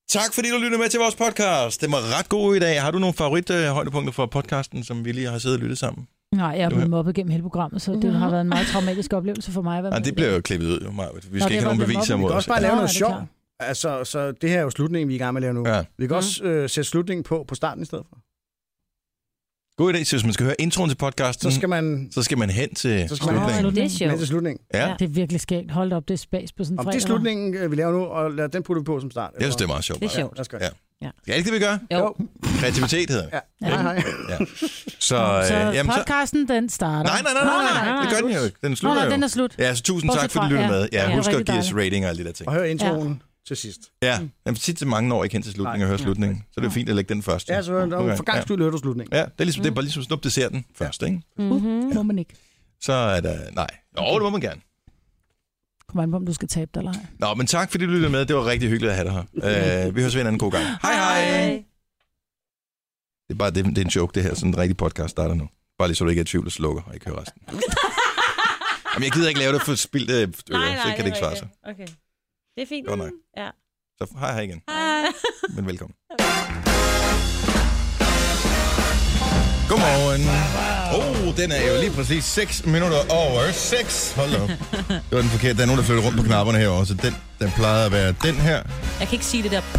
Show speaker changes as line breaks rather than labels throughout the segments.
Tak fordi du lyttede med til vores podcast. Det var ret god i dag. Har du nogle favorithøjdepunkter fra podcasten, som vi lige har siddet og lyttet sammen?
Nej, jeg er blevet mobbet gennem hele programmet, så det har været en meget traumatisk oplevelse for mig.
Nej, det bliver jo klippet ud. Vi skal ikke have nogen beviser
Vi
mod
kan
os.
også bare lave noget sjovt. Altså, så det her er jo slutningen, vi er i gang med at lave nu. Ja. Vi kan også sætte slutningen på starten i stedet for.
God idé, så hvis man skal høre introen til podcasten, så skal man hen til slutningen.
Det er sjovt.
Hen til slutningen.
Ja.
Det er virkelig skægt. Hold op, det er spas på sådan en fredag.
Det er slutningen, vi laver nu, og lad den putte på som start.
Jeg synes, det er meget sjovt.
Det er sjovt.
Ja. Ja, det er ikke det, vi gør?
Jo.
Kreativitet hedder det.
Ja. Hej.
Ja. Så
podcasten, den starter.
Nej. Det gør den jo ikke. Den slutter jo.
Den er slut.
Ja, så tusind tak, fordi du lyttede med. Ja, husk at give os rating og alle de der ting.
Og hør introen til sidst.
Ja, men tit til mange år ikke hen til slutningen og høre slutningen. Så det er fint at lægge den først.
Ja, så for gang skyld hører du slutningen.
Ja, det er ligesom, det er bare ligesom snup desserten først, ikke?
Må man ikke.
Så er der... Nej. Det må man gerne.
Kom an på, om du skal tabe dig eller ej.
Nå, men tak fordi du lyttede med. Det var rigtig hyggeligt at have dig her. Vi høres ved en anden god gang. Hej. Det er bare det er en joke, det her. Sådan en rigtig podcast starter nu. Bare lige så du ikke er i tvivl og slukker og ikke hører resten. Jamen, jeg gider ikke lave det for spildte ører, så kan det ikke svare sig.
Okay. Det er fint.
Godt nok.
Ja.
Så hej igen.
Hej.
Men velkommen. Godmorgen. Den er jo lige præcis 6 minutter over 6. Hold op. Det var den forkerte. Der er nogen, der flytter rundt på knapperne herovre, så den plejede at være den her.
Jeg kan ikke sige det der.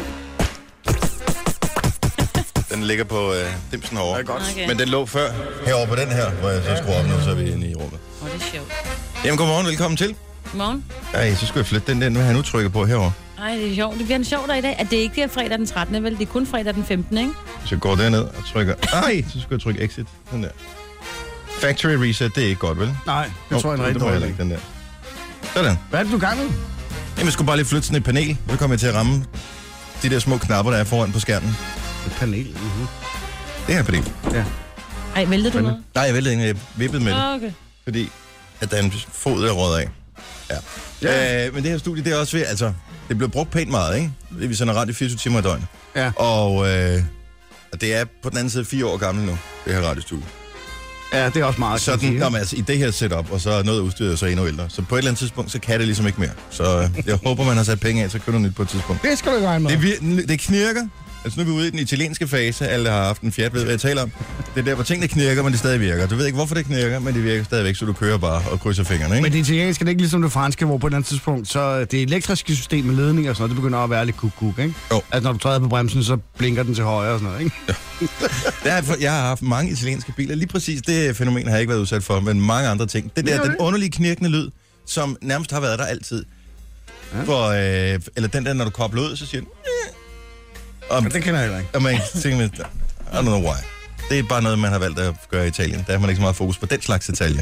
Den ligger på dimsen herovre.
Okay.
Men den lå før herovre på den her, hvor jeg så skruer op nu, så er vi inde i rummet.
Det er sjovt.
Jamen, godmorgen. Velkommen til.
Godmorgen.
Ej, så skal jeg flytte den der, nu har jeg nu trykket på herovre.
Ej, det er sjovt. Det bliver en sjov dag i dag. At det ikke er fredag den 13. vel? Det er kun fredag den 15. ikke?
Så jeg går derned og trykker... Ej, så skal jeg trykke exit. Den der. Factory reset, det er ikke godt, vel?
Nej, det tror jeg er en rigtig dårlig.
Den der. Sådan.
Hvad er det, du gang med?
Jamen, jeg skulle bare lige flytte sådan et panel. Så kommer jeg til at ramme de der små knapper, der er foran på skærmen.
Et panel?
Det her panel.
Ja.
Ej, væltede du noget?
Nej, jeg væltede ikke. Jeg vippede med det.
Okay.
Fordi at der er en fod, der råd af. Ja. Men det her studie, det er også ved, altså, det bliver brugt pænt meget, ikke? Vi sender radio 24 timer i døgnet.
Ja.
Og det er på den anden side 4 år gammel nu, det her radiostudie.
Ja, det er også meget.
Sådan, altså, i det her setup, og så er noget udstyret så endnu ældre. Så på et eller andet tidspunkt, så kan det ligesom ikke mere. Så jeg håber, man har sat penge af, så køber nyt på et tidspunkt.
Det skal du gøre med.
Det knirker. Altså nu er vi ude i den italienske fase. Alle har haft en Fiat, ved hvad jeg taler om. Det er der, hvor tingene knirker, men det stadig virker. Du ved ikke, hvorfor det knirker, men det virker stadigvæk, så du kører bare og krydser fingrene, ikke?
Men det italienske er det ikke ligesom det franske, hvor på et andet tidspunkt, så det elektriske system med ledning og sådan noget, det begynder at være lidt kuk-kuk, ikke?
Jo.
Altså når du træder på bremsen, så blinker den til højre og sådan noget, ikke?
Ja. Jeg har haft mange italienske biler. Lige præcis det fænomen har jeg ikke været udsat for, men mange andre ting. Det der, den underlige knirkende lyd, som nærmest har været der altid. Ja. For, eller den der, når du kobler ud, så siger den...
Ja, det kender jeg heller ikke.
Og man tænker, I don't know why. Det er bare noget, man har valgt at gøre i Italien. Der har man ikke så meget fokus på den slags detaljer.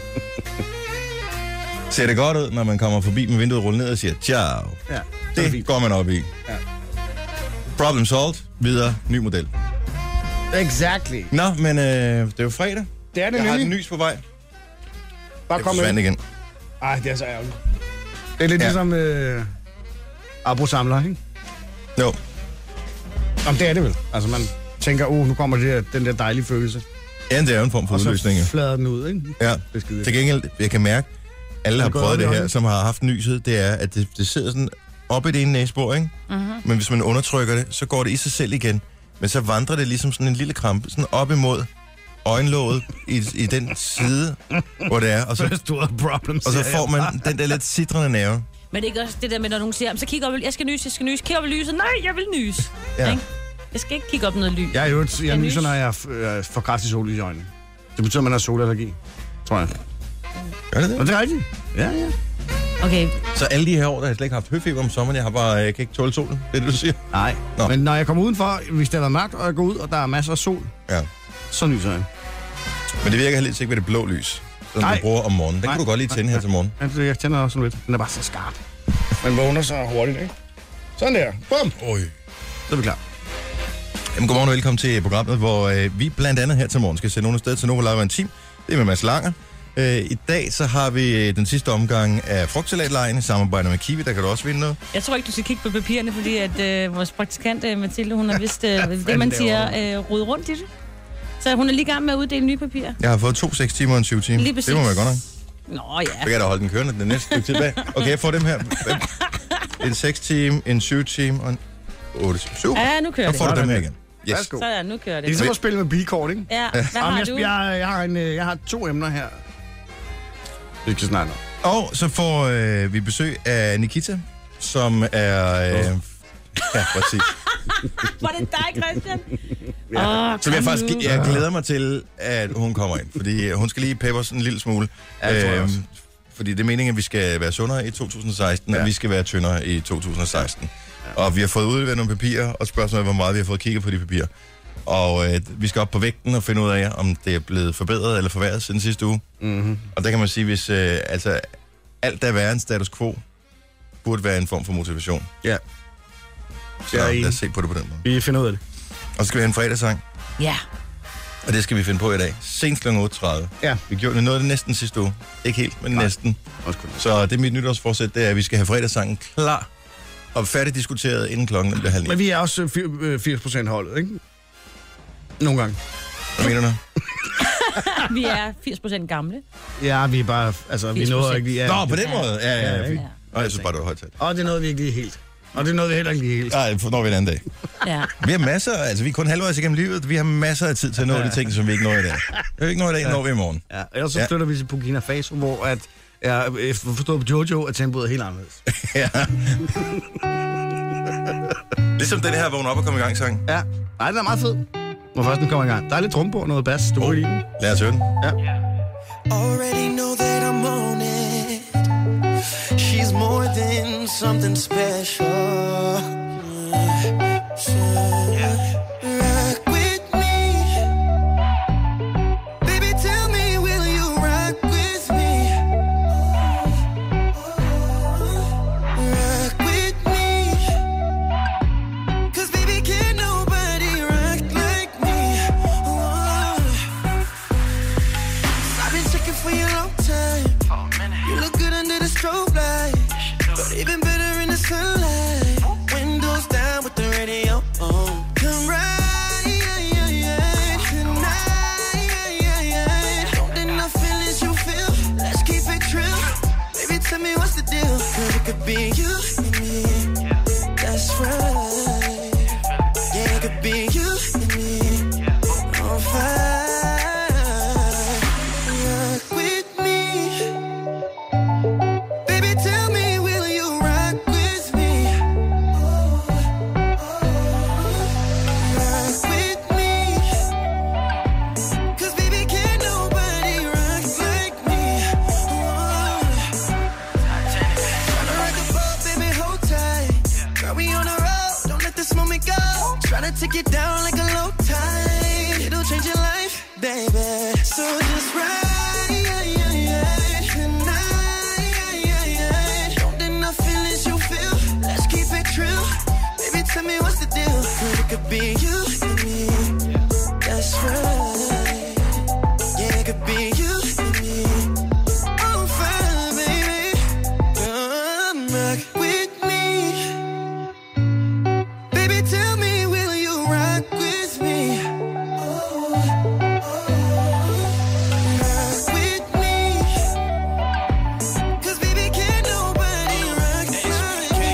Ser det godt ud, når man kommer forbi med vinduet rullet ned og siger, ciao.
Ja,
det går man op i.
Ja.
Problem solved. Videre. Ny model.
Exactly.
Nå, men det er jo fredag.
Det er det.
Jeg har en nys på vej.
Bare kom
ind igen.
Ej, det er så ærgerligt. Det er lidt ligesom abo-samler, ikke?
Jo.
Jamen, det er det vel. Altså, man tænker, nu kommer den der dejlige følelse.
Ja, det er jo en form for udløsning.
Og så flader den ud, ikke?
Ja, til gengæld, jeg kan mærke, alle har prøvet det her, som har haft nyset, det er, at det sidder sådan op i det ene næsebord, ikke? Uh-huh. Men hvis man undertrykker det, så går det i sig selv igen. Men så vandrer det ligesom sådan en lille krampe, sådan op imod øjenlåget i den side, hvor det er. Og så får man den der lidt citrende nerve.
Men det er ikke også det der med, når nogen siger, så kig op, jeg skal nyse. Kig op i lyset. Nej, jeg vil nyse.
Ja.
Jeg skal ikke kigge op noget lys.
Jeg nyser, når jeg får kraftig sol i øjnene. Det betyder, at man har solallergi, tror jeg.
Gør det det?
Og det er rigtigt. Ja.
Okay.
Så alle de her år, der har jeg slet ikke haft høfeber om sommeren, jeg kan ikke tåle solen, det er det, du siger?
Nej, men når jeg kommer udenfor, hvis det er mørkt, og jeg går ud, og der er masser af sol, så nyser jeg.
Men det virker heller ikke ved det blå lys, som du bruger om morgenen. Den kan du godt lige tænde her til morgen.
Ja, jeg tænder også lidt. Den er bare så skarp. Man vågner så hurtigt, ikke? Sådan der. Bum!
Oj.
Så er vi klar.
Jamen, godmorgen og velkommen til programmet, hvor vi blandt andet her til morgen skal sende nogen afsted til Nova Live Team. Det er med Mads Langer. I dag så har vi den sidste omgang af frugtsalatlejen i samarbejde med Kiwi. Der kan du også vinde noget.
Jeg tror ikke, du skal kigge på papirerne, fordi at vores praktikant Mathilde, hun har vist det, man siger, rodet rundt i det. Så hun er lige i gang med at uddele nye papirer.
Jeg har fået 2 6 timer og en 7 timer.
Lige præcis.
Det må man godt nok.
Nå ja.
Så kan jeg da holde den kørende den næste stykke tilbage. Okay, jeg får dem her. En 6 time, en 7 time og en... 8, 7.
Ja, nu kører
det. Så får du dem med igen.
Yes. Værsgo.
Sådan, nu kører det.
Det er ligesom at spille med bilkort, ikke?
Ja, hvad har du?
Jeg har 2 emner her. Det kan snart.
Og så får vi besøg af Nikita, som er... ja, præcis.
Var det dig, Christian?
Ja.
Så jeg glæder mig til, at hun kommer ind, fordi hun skal lige peppe os en lille smule. Fordi det er meningen, at vi skal være sundere i 2016, og vi skal være tyndere i 2016. Ja. Og vi har fået udleveret nogle papirer, og spørgsmålet er, hvor meget vi har fået kigget på de papirer. Og vi skal op på vægten og finde ud af, om det er blevet forbedret eller forværret siden sidste uge. Mm-hmm. Og der kan man sige, hvis alt der er værre end status quo, burde være en form for motivation.
Ja.
Så lad os se på det på den måde.
Vi finder ud af det.
Og så skal vi have en fredagssang.
Ja.
Og det skal vi finde på i dag. Senest kl. 8.30.
Ja.
Vi gjorde noget af det næsten sidste uge. Ikke helt, men næsten. Så det er mit nytårsforsæt, det er, at vi skal have fredagssangen klar og færdigdiskuteret inden klokken bliver 8:30.
Men vi er også 80% holdet, ikke? Nogle gange.
Hvad mener du?
Vi er 80% gamle.
Ja, vi er bare... Altså, vi nåede ikke lige...
Nå, på den måde. Ja. Og jeg synes bare, det var højt talt.
Og det nåede vi ikke lige helt. Og det nåede vi heller ikke lige helt.
Nej, når vi en anden dag.
Ja.
Vi har masser, altså vi er kun halvvejs igennem livet, vi har masser af tid til at nå de ting, som vi ikke når i dag. Det er ikke noget i dag, når vi i morgen.
Ja, ellers så flytter vi til Burkina Faso, hvor at jeg forstår på Jojo, at tempoet er helt anderledes.
Ja. Ligesom den her vågn op og komme i gang sang.
Ja, nej, den er meget fed. Når først den kommer i gang. Der er lidt trumpe på, noget bas. Du kan lide den.
Lad os høre den.
Ja.
Already know that I'm on it. She's more than something special. Rock with me. Baby, tell me, will you rock with me? Rock with me. 'Cause baby, can't nobody rock like me. I've been checking for you a long time. You look good under the strobe light, but even better in the sunlight. Windows down with the radio on. Come right tonight. Don't enough feelings you feel. Let's keep it true. Baby, tell me what's the deal? 'Cause it could be you and me. That's right. Yeah, it could be you and me. On fire. Rock with me. Baby, tell me, will you rock with me? Rock with me. 'Cause baby, can't nobody rock like me. Tryna rock the boat, baby, hold tight. Girl, we on the road, don't let this moment go. Tryna take it down like a low tide. It'll change your life, baby. So just ride. Tell me what's the deal? It could be you and me. That's right. Yeah, it could be you and me. On fire, baby. Come rock with me. Baby, tell me, will you rock with me? Rock with me. 'Cause baby, can't nobody rock like me.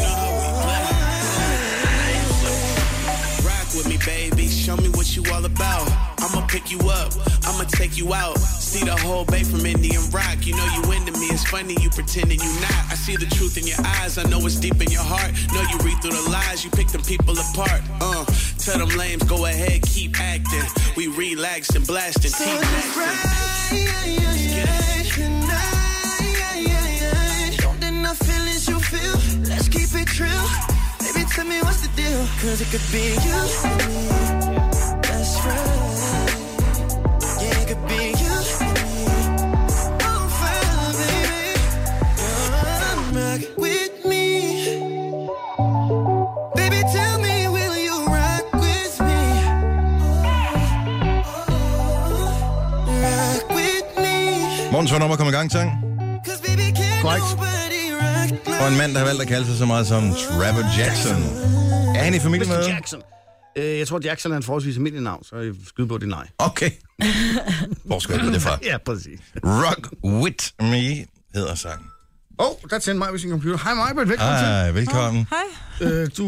Baby, show me what you all about. I'ma pick you up, I'ma take you out. See the whole bay from Indian Rock. You know you into me, it's funny you pretending you not. I see the truth in your eyes, I know it's deep in your heart. Know you read through the lies, you pick them people apart. Tell them lames, go ahead, keep acting. We relax and blast and keep acting.
Don't enough feelings you feel. Let's keep it true. Baby, tell me what's the deal? 'Cause it could be you and me. That's right. Yeah, it could be you and me. On fire, baby. Come rock with me. Baby, tell me, will you rock with me? Rock with me.
Morgens nummer kommer i gang, sang.
'Cause baby, can't nobody rock like.
Og en mand, der har valgt at kalde sig så meget som Trevor Jackson. Er han i familie med?
Jackson. Jeg tror, Jackson er en forholdsvis almindelig navn, så jeg skyder på det nej.
Okay. Hvor skal jeg vide det fra?
Ja, præcis.
Rock With Me hedder sangen.
Der tændte mig ved sin computer. Hej Majbert, velkommen til.
Velkommen.
Hej.
Du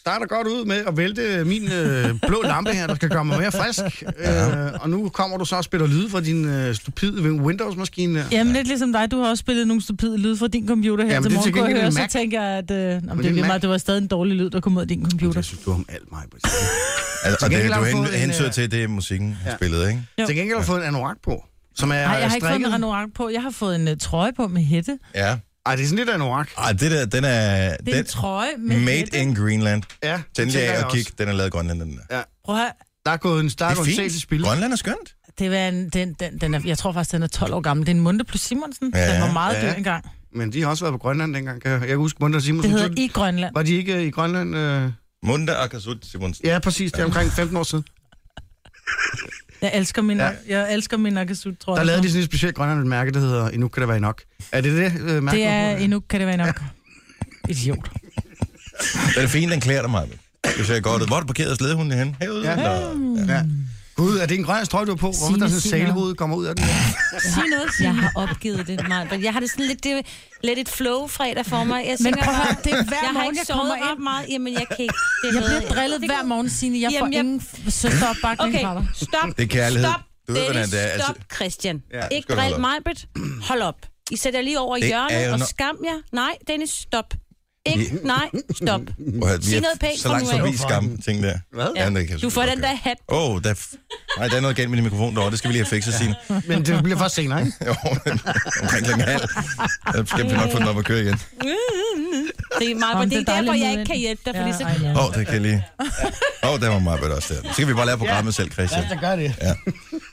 starter godt ud med at vælte min blå lampe her, der skal gøre mig mere frisk. Og nu kommer du så og spiller lyde fra din stupide Windows-maskine her.
Jamen lidt ligesom dig, du har også spillet nogle stupide lyde fra din computer her til morgen, kunne jeg høre, så tænker jeg, at det er meget, det var stadig en dårlig lyd, der kom ud af din computer.
Jeg synes, du har om alt mig.
Altså, og det du hensyder til, det er musikken spillet, ikke?
Jo.
Til gengæld har du fået en anorak på, som er
Nej, jeg har ikke fået en
strikket.
anorak på. Jeg har fået en trøje på med hætte.
Ja.
Ej, det er sådan lidt anorak.
Ej, det der, den er...
Det er en trøje med
Made
hætte.
in Greenland.
Ja,
Den lige af og kig, den er lavet i Grønland, den der.
Ja.
Prøv at høre.
Der er gået en
Det er
sæl til spil.
Grønland er skønt.
Det var den er, jeg tror faktisk, den er 12 år gammel. Det er en Munde plus Simonsen.
Ja.
Den var meget dyr engang.
Men de har også været på Grønland dengang. Jeg kan huske, Munde og Simonsen.
Det hedder i Grønland.
Var de ikke i Grønland?
Munde Akasut Simonsen.
Ja, præcis. Det er omkring 15 år siden.
Jeg elsker min Akasut, tror jeg.
Der lavede de sådan et specielt Grønland mærke, der hedder Endnu kan det være nok. Er det mærke?
Det er endnu kan det være nok. Idiot.
Den er fin, den klæder dig meget. Det ser godt ud. Hvor er du parkeret slædehunden hen? Herude?
Ja. Gud, er det en grøn strøg, du er på? Hvorfor der sådan en sælhoved kommer ud af den?
Sig noget, jeg har opgivet det, Maja. Jeg har det sådan lidt, let et flow fredag for mig. Jeg
Men prøv at høre, det er hver
jeg har
morgen,
ikke
jeg kommer
sovet ret
ind.
meget. Jamen, jeg kan ikke.
Jeg bliver drillet hver morgen, Signe. Jeg får ingen søsteropbakning fra dig.
Stop.
Det er kærlighed.
Stop,
Du ved, hvordan det er.
Stop, Christian.
Ja,
Ikke
skal du holde
drill
op.
mig, Britt. Hold op. I sætter lige over
Det er
hjørnet
jo
og
no-
skam jer. Nej, Dennis, stop. Ikke, nej, stop.
Sig
noget pænt
så
fra
langt
nu af.
forbi skam, ting der.
Hvad?
Ja, det kan jeg
Du får den der hat.
Nej, der er noget galt med din mikrofon derovre. Det skal vi lige have fikset, Signe.
Men det bliver først senere, ikke?
Jo, omkring klokken halv. Så skal vi nok få den op at køre igen.
Det er meget,
Om
det er
det er
derfor,
dejligt
jeg
med
ikke kan hjælpe dig, fordi så...
Det kan jeg lige. Der var meget bedre også der. Så kan vi bare lave programmet selv, Christian.
Ja, så gør det.
Ja.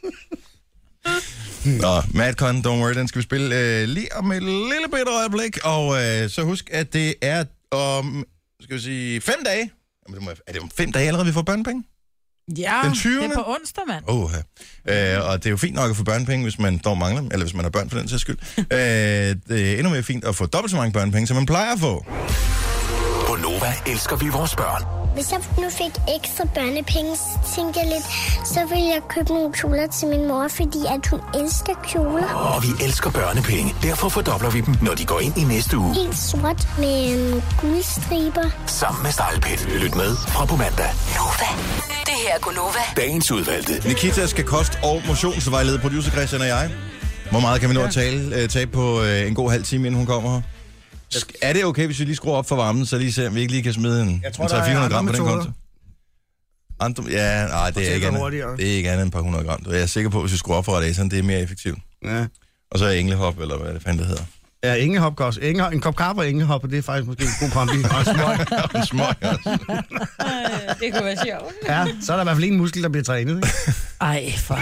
Nå, Madcon, don't worry, den skal vi spille lige om et lille bitte øjeblik. Og så husk, at det er om, skal vi sige, 5 dage. Jamen, er det om 5 dage allerede, vi får børnepenge?
Ja,
Den 20.
det er på onsdag, mand.
Og det er jo fint nok at få børnepenge, hvis man dog mangler, eller hvis man har børn for den sags skyld. Det er endnu mere fint at få dobbelt så mange børnepenge, som man plejer at få.
På Nova elsker vi vores børn.
Hvis jeg nu fik ekstra børnepenge, så tænkte jeg lidt, så ville jeg købe nogle kjoler til min mor, fordi at hun elsker kjoler.
Og vi elsker børnepenge. Derfor fordobler vi dem, når de går ind i næste uge.
Helt sort med guldstriber.
Sammen med Stejlpet. Lyt med fra på mandag.
Nova. Det her er Gunova.
Dagens udvalgte.
Nikita skal kost- og motionsvejlede producer Christian og jeg. Hvor meget kan vi nå at tage på en god halv time, inden hun kommer her? Er det okay, hvis vi lige skruer op for varmen, så lige ser, om vi ikke lige kan smide en 300-400 gram på den konto? Nej, det er ikke andet end et par 100 gram. Jeg er sikker på, at hvis vi skruer op for radiatoren, det er mere effektivt.
Ja.
Og så er englehop, eller hvad det fanden det hedder.
Ja, englehop går også. En kop kaffe og englehop, og det er faktisk måske en god kombi. Og
En smøg også.
Det kunne være sjovt.
Ja, så er der i hvert fald en muskel, der bliver trænet, ikke?
Ej, for...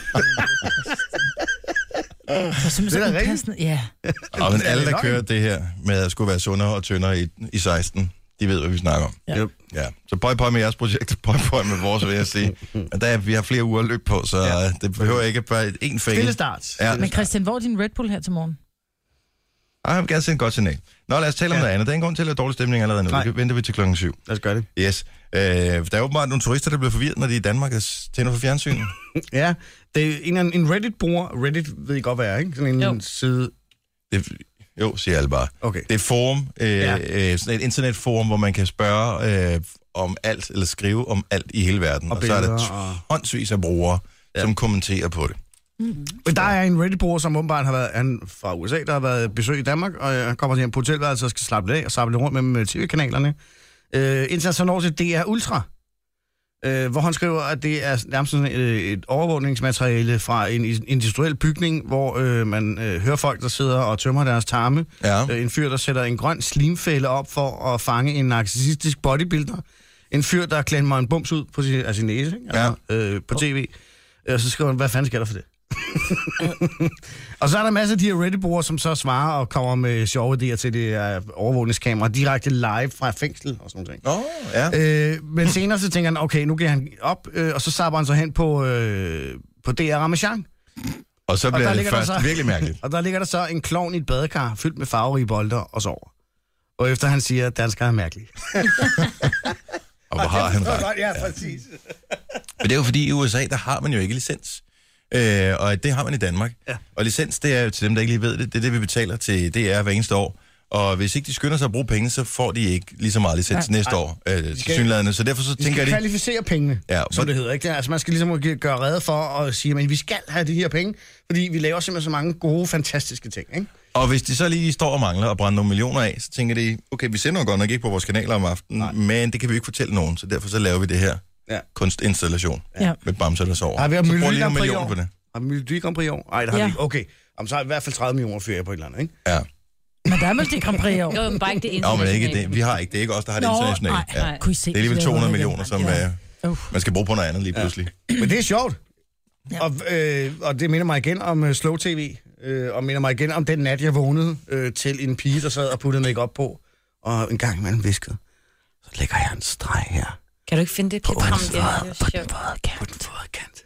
Det er da rigtigt.
Ja.
Men alle, der kører det her med at skulle være sundere og tyndere i 16, de ved, hvad vi snakker om. Ja. Så pøj med jeres projekt, pøj med vores, vil jeg sige. Og vi har flere uger løb på, så det behøver ikke bare en fængel.
Stille start.
Ja.
Men Christian, hvor er din Red Bull her til morgen?
Jeg vil gerne se en godt signal. Nå, lad os tale om noget andet. Der er ingen grund til at lave dårlig stemning allerede nu. Det venter vi til 7:00. Lad
os gøre det.
Yes. Der er åbenbart nogle turister, der bliver forvirret, når de er i Danmark og tænder for fjernsynet.
Ja, det er en Reddit-bruger. Reddit ved I godt, hvad er, ikke? Sådan en side...
Siger alle bare.
Okay.
Det er et forum, sådan et internetforum, hvor man kan spørge om alt, eller skrive om alt i hele verden. Og så er der tonsvis af brugere, som kommenterer på det.
Men der er en Reddit-bruger, som åbenbart har været fra USA, der har været besøg i Danmark, og han kommer hjem på hotelværelset og skal slappe det af og slappe det rundt mellem tv-kanalerne. Indtil så når til DR Ultra, hvor han skriver, at det er nærmest sådan et overvågningsmateriale fra en industriel bygning, hvor man hører folk, der sidder og tømmer deres tarme. Ja. En fyr, der sætter en grøn slimfælde op for at fange en narcissistisk bodybuilder. En fyr, der klemmer en bums ud på sin næse, på tv. Og så skriver han, hvad fanden sker der for det? Og så er der masser af de her Reddit-brugere, som så svarer og kommer med sjove idéer til det overvågningskamera direkte live fra fængsel og sådan noget. Men senere så tænker han, okay, nu giver han op, og så sapper han så hen på DR Ramachan.
Og så bliver det først virkelig mærkeligt.
Og der ligger der så en klovn i et badekar, fyldt med farverige bolder og sover. Og efter han siger, at danskere er mærkelige.
Og hvor har han ret?
Ja, præcis.
Men det er jo fordi, i USA, der har man jo ikke licens. Og det har man i Danmark. Ja. Og licens, det er jo til dem, der ikke lige ved det, det er det, vi betaler til DR hver eneste år. Og hvis ikke de skynder sig at bruge penge, så får de ikke lige så meget licens næste år. Synlædende. Så derfor så tænker de...
De skal kvalificere pengene, som det hedder. Ikke? Altså man skal ligesom gøre rede for at sige, at vi skal have de her penge, fordi vi laver simpelthen så mange gode, fantastiske ting. Ikke?
Og hvis de så lige står og mangler og brænder nogle millioner af, så tænker de, okay, vi sender godt nok ikke på vores kanaler om aftenen, men det kan vi ikke fortælle nogen, så derfor så laver vi det her kunstinstallation med bamser, der sover.
Har vi
Melodi Grand Prix i år?
Har vi Melodi Grand Prix i år? Nej, det har vi ikke. Okay, så har vi i hvert fald 30 millioner ferie på et eller andet, ikke?
Ja.
Men der er Melodi Grand Prix i år.
Jo, men bare ikke det
internationale. men ikke det. Vi har ikke. Det er ikke os, der har det internationale.
Nej. Kunne I se,
det er alligevel 200 millioner, som man skal bruge på noget andet lige pludselig.
Men det er sjovt. Ja. Og det minder mig igen om Slow TV, og minder mig igen om den nat, jeg vågnede til en pige, der sad og puttede make-up på, og en gang imellem viskede, så lægger jeg en streg her.
Kan du ikke finde det program?
På den våde kant.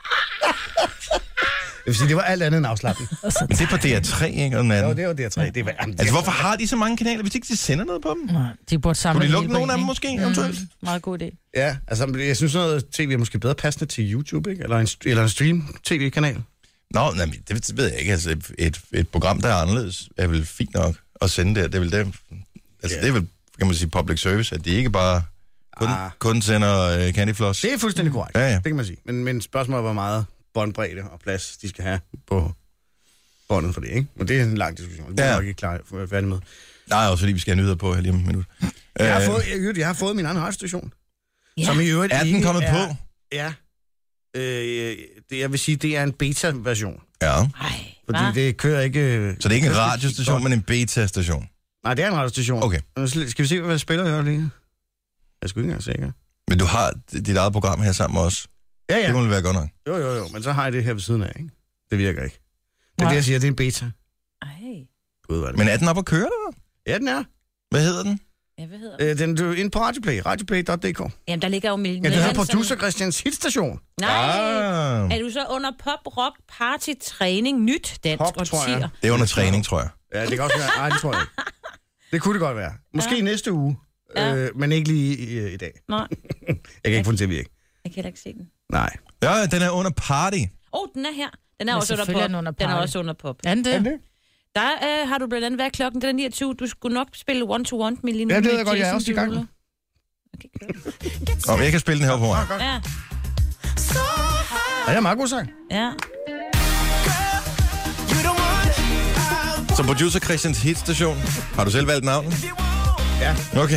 Det vil sige, det var alt andet end afslappning.
Men det er på DR3, ikke? Og
jo, det var DR3.
Altså, hvorfor har de så mange kanaler, hvis ikke de sender noget på dem?
Nej, de burde samle.
Kunne de lukke nogle af dem måske, eventuelt?
Meget god idé.
Ja, altså, jeg synes noget tv er måske bedre passende til YouTube, ikke? Eller en stream-tv-kanal.
Nå, nej, det ved jeg ikke. Altså, et program, der er anderledes, er vel fint nok at sende det. Det er vel det. Altså, det er vel, kan man sige, public service, at de ikke bare kun sender Candy Floss.
Det er fuldstændig korrekt.
Ja.
Det kan man sige. Men spørgsmålet var meget båndbredde og plads, de skal have på båndet for det, ikke? Men det er en lang diskussion. Det er nok ikke klar at færdig med.
Nej, også fordi vi skal have nyheder på her lige om et minut.
Jeg har fået min anden radiostation. Ja. Som i øvrigt
er den kommet på?
Ja. Jeg vil sige, det er en beta-version.
Ja.
Fordi det kører ikke...
Så det er ikke en radiostation, men en beta-station?
Nej, det er en radiostation.
Okay.
Skal vi se, hvad jeg spiller her lige? Jeg skulle ikke engang sikker.
Men du har dit eget program her sammen med os?
Ja.
Det må være godt nok.
Jo, men så har jeg det her ved siden af, ikke? Det virker ikke. Det er det, jeg siger, det er en beta.
Men er den op at køre, der?
Ja, den er.
Hvad hedder den?
Ja, hvad hedder den?
Den er inde på Radioplay, radioplay.dk.
Jamen, der ligger jo med...
Ja, det hedder Producer Christians hitstation.
Nej, er du så under pop, rock, party, træning, nyt, dansk og tier?
Det er under træning, tror jeg.
Ja, det kan også være. Nej, det tror jeg ikke. Det kunne det godt være. Måske næste uge, men ikke lige i dag.
Nej.
Jeg kan ikke få den til at virke.
Jeg kan ikke se den.
Nej.
Ja, den er under party.
Den er her. Den er også under pop. Den er også under pop.
Er den det?
Der har du blandt andet været klokken, den er 29. Du skulle nok spille one-to-one med lige nu.
Ja, det ved jeg godt, jeg er også i gang.
Okay, jeg kan spille den her på mig.
Ja.
Ja, det er meget god sang.
Ja.
Så Producer Christians hitstation. Har du selv valgt navnet?
Ja.
Okay.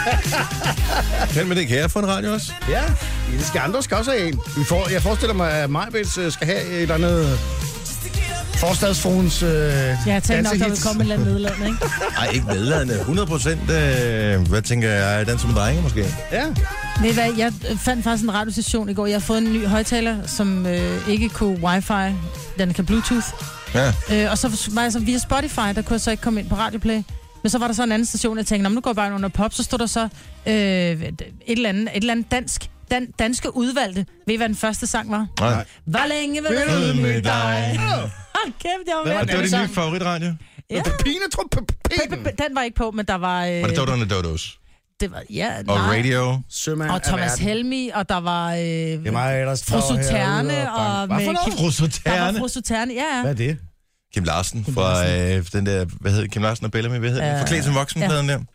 Held med det. Kan jeg få en radio også?
Ja, det skal andre skal også have en. Jeg forestiller mig, at Majbets skal have et eller andet forstadsfruens
jeg tænker nok, der vil komme et eller andet nedladende, ikke?
Nej, ikke nedladende. 100%. Hvad tænker jeg? Den som en drenge, måske?
Ja.
Ved hvad, jeg fandt faktisk en radiostation i går. Jeg har fået en ny højtaler, som ikke kunne wifi. Den kan Bluetooth.
Ja.
Og så var jeg så via Spotify, der kunne jeg så ikke komme ind på Radioplay. Men så var der så en anden station, jeg tænkte, nu går jeg bare under pop, så stod der så et eller andet danske udvalgte. Ved I, hvad den første sang var?
Nej.
Hvor længe vil du med dig? Hold kæft, jeg var med.
Det var din nye favoritradio?
Ja. Den var ikke på, men der var...
Var det Doderne Dodos?
Det var,
og Radio.
Sømand
og Thomas Helmi, og der var
det er mig, der
Fru Suterne, og
med Fru Suterne?
Der var Fru Suterne, ja.
Hvad er det?
Kim Larsen fra den der, hvad hedder Kim Larsen og Bellamy, hvad hedder den? Forklædt som voksenpladen der.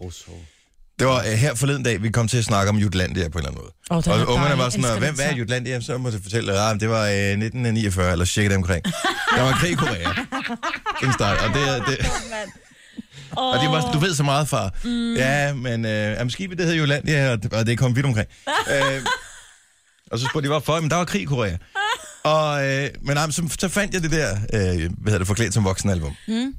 Det var her forleden dag, vi kom til at snakke om Jutlandia på en eller anden måde. Og ungerne var sådan, hvad er Jutlandia? Så måtte jeg fortælle, det var 1949, eller cirka omkring. Der var krig i Korea. Den start, og det og det var sådan, du ved så meget, far. Ja, men skibet, det hedder Jutlandia, og det kom vidt omkring. Og så spurgte de, hvorfor? Men der var krig i Korea. Og, men så fandt jeg det der, forklædt som voksenalbum.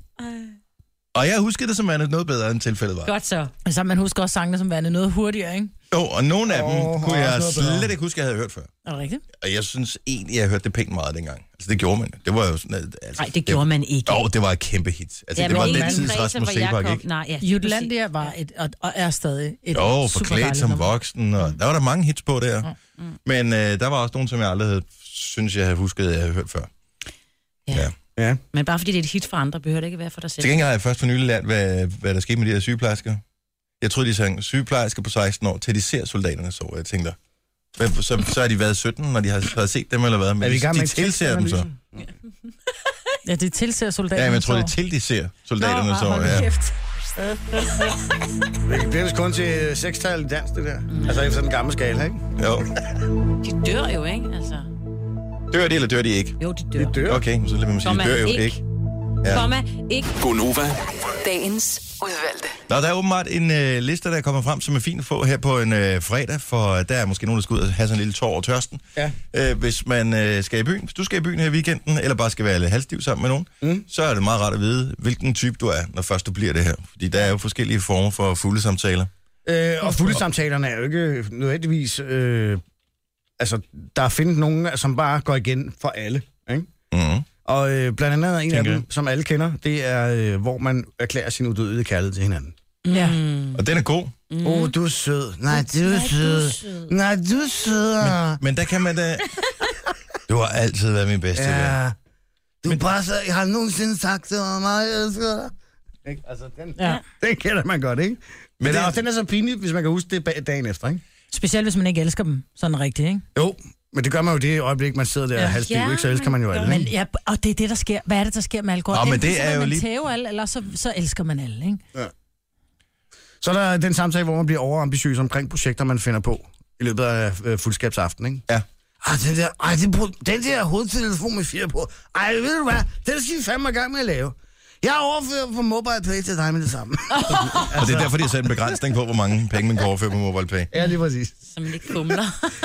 Og jeg husker det som værende noget bedre, end tilfældet var.
Godt så. Så man husker også sangene som værende noget hurtigere, ikke?
Jo, og nogle af dem kunne jeg slet ikke huske, jeg havde hørt før.
Er det rigtigt?
Og jeg synes egentlig, jeg hørte det pænt meget dengang. Altså, det gjorde man. Det var jo sådan...
Nej, det gjorde man ikke.
Jo, det var et kæmpe hit. Altså, det var den tids Rasmus Seebach, ikke?
Nej, Jutlandia var og er stadig et
forklædt som voksen, og der var der mange hits på der. Men der var også nogle, som jeg aldrig synes, jeg havde husket, jeg havde hørt før.
Ja. Men bare fordi det er et hit for andre, behøver det ikke være for dig selv.
Til gengæld har jeg først for nylig lært, hvad der skete med de her sygeplejersker. Jeg troede, de sang sygeplejersker på 16 år, til de ser soldaterne så. Jeg tænkte, så har de været 17, når de har set dem eller hvad. Men de tilser dem så.
Ja, de tilser soldaterne så.
Ja, men jeg tror, det er til de ser soldaterne så. Ja.
Det bliver vist kun til sekstal i dans, det der. Altså efter den gamle skala, ikke?
Jo.
De dør jo, ikke? Altså.
Dør de, eller dør de ikke?
Jo, de dør.
De dør.
Okay, så lad mig sige, de dør jo ikke. Ja.
Komma, ikke.
Gonova.
Dagens udvalgte.
Nå, der er åbenbart en liste, der kommer frem, som er fin at få her på en fredag, for der er måske nogen, der skal ud og have sådan en lille tår over tørsten.
Ja.
Hvis man skal i byen, hvis du skal i byen her i weekenden, eller bare skal være lidt halvstiv sammen med nogen, så er det meget rart at vide, hvilken type du er, når først du bliver det her. Fordi der er jo forskellige former for fulde samtaler.
Og fulde samtalerne er jo ikke nødvendigvis... altså, der findes nogen, som bare går igen for alle, ikke?
Mm-hmm.
Og blandt andet en af dem, som alle kender, det er, hvor man erklærer sin udødelige kærlighed til hinanden.
Ja.
Og den er god.
Du er sød. Nej, du er sød. Nej, du er sød.
Men der kan man da... Du har altid været min bedste ven.
Ja. Du er bare så... Jeg har nogensinde sagt, det var meget, jeg elsker dig. Ikke? Altså, den kender man godt, ikke? Men den er så pinlig, hvis man kan huske det dagen efter, ikke?
Specielt, hvis man ikke elsker dem sådan rigtigt, ikke?
Jo, men det gør man jo det øjeblik, man sidder der halvstiv, ikke? Så elsker man jo alle,
Men
ikke?
ja, og det er det, der sker. Hvad er det, der sker med alkohol?
Men
Enten
det er jo
man
lige...
tæve alle, eller så elsker man alle, ikke?
Ja. Så er der den samtale, hvor man bliver overambitiøs omkring projekter, man finder på i løbet af fuldskabsaften, ikke?
Ja.
Den der hovedtelefon med 4 på. Ved du hvad? Den skal vi fandme i gang med at lave. Jeg overfører på MobilePay til dig med det samme.
Og det er derfor, de har sat en begrænsning på, hvor mange penge man kan overføre på MobilePay.
Ja, lige præcis.
Så man ikke fumler.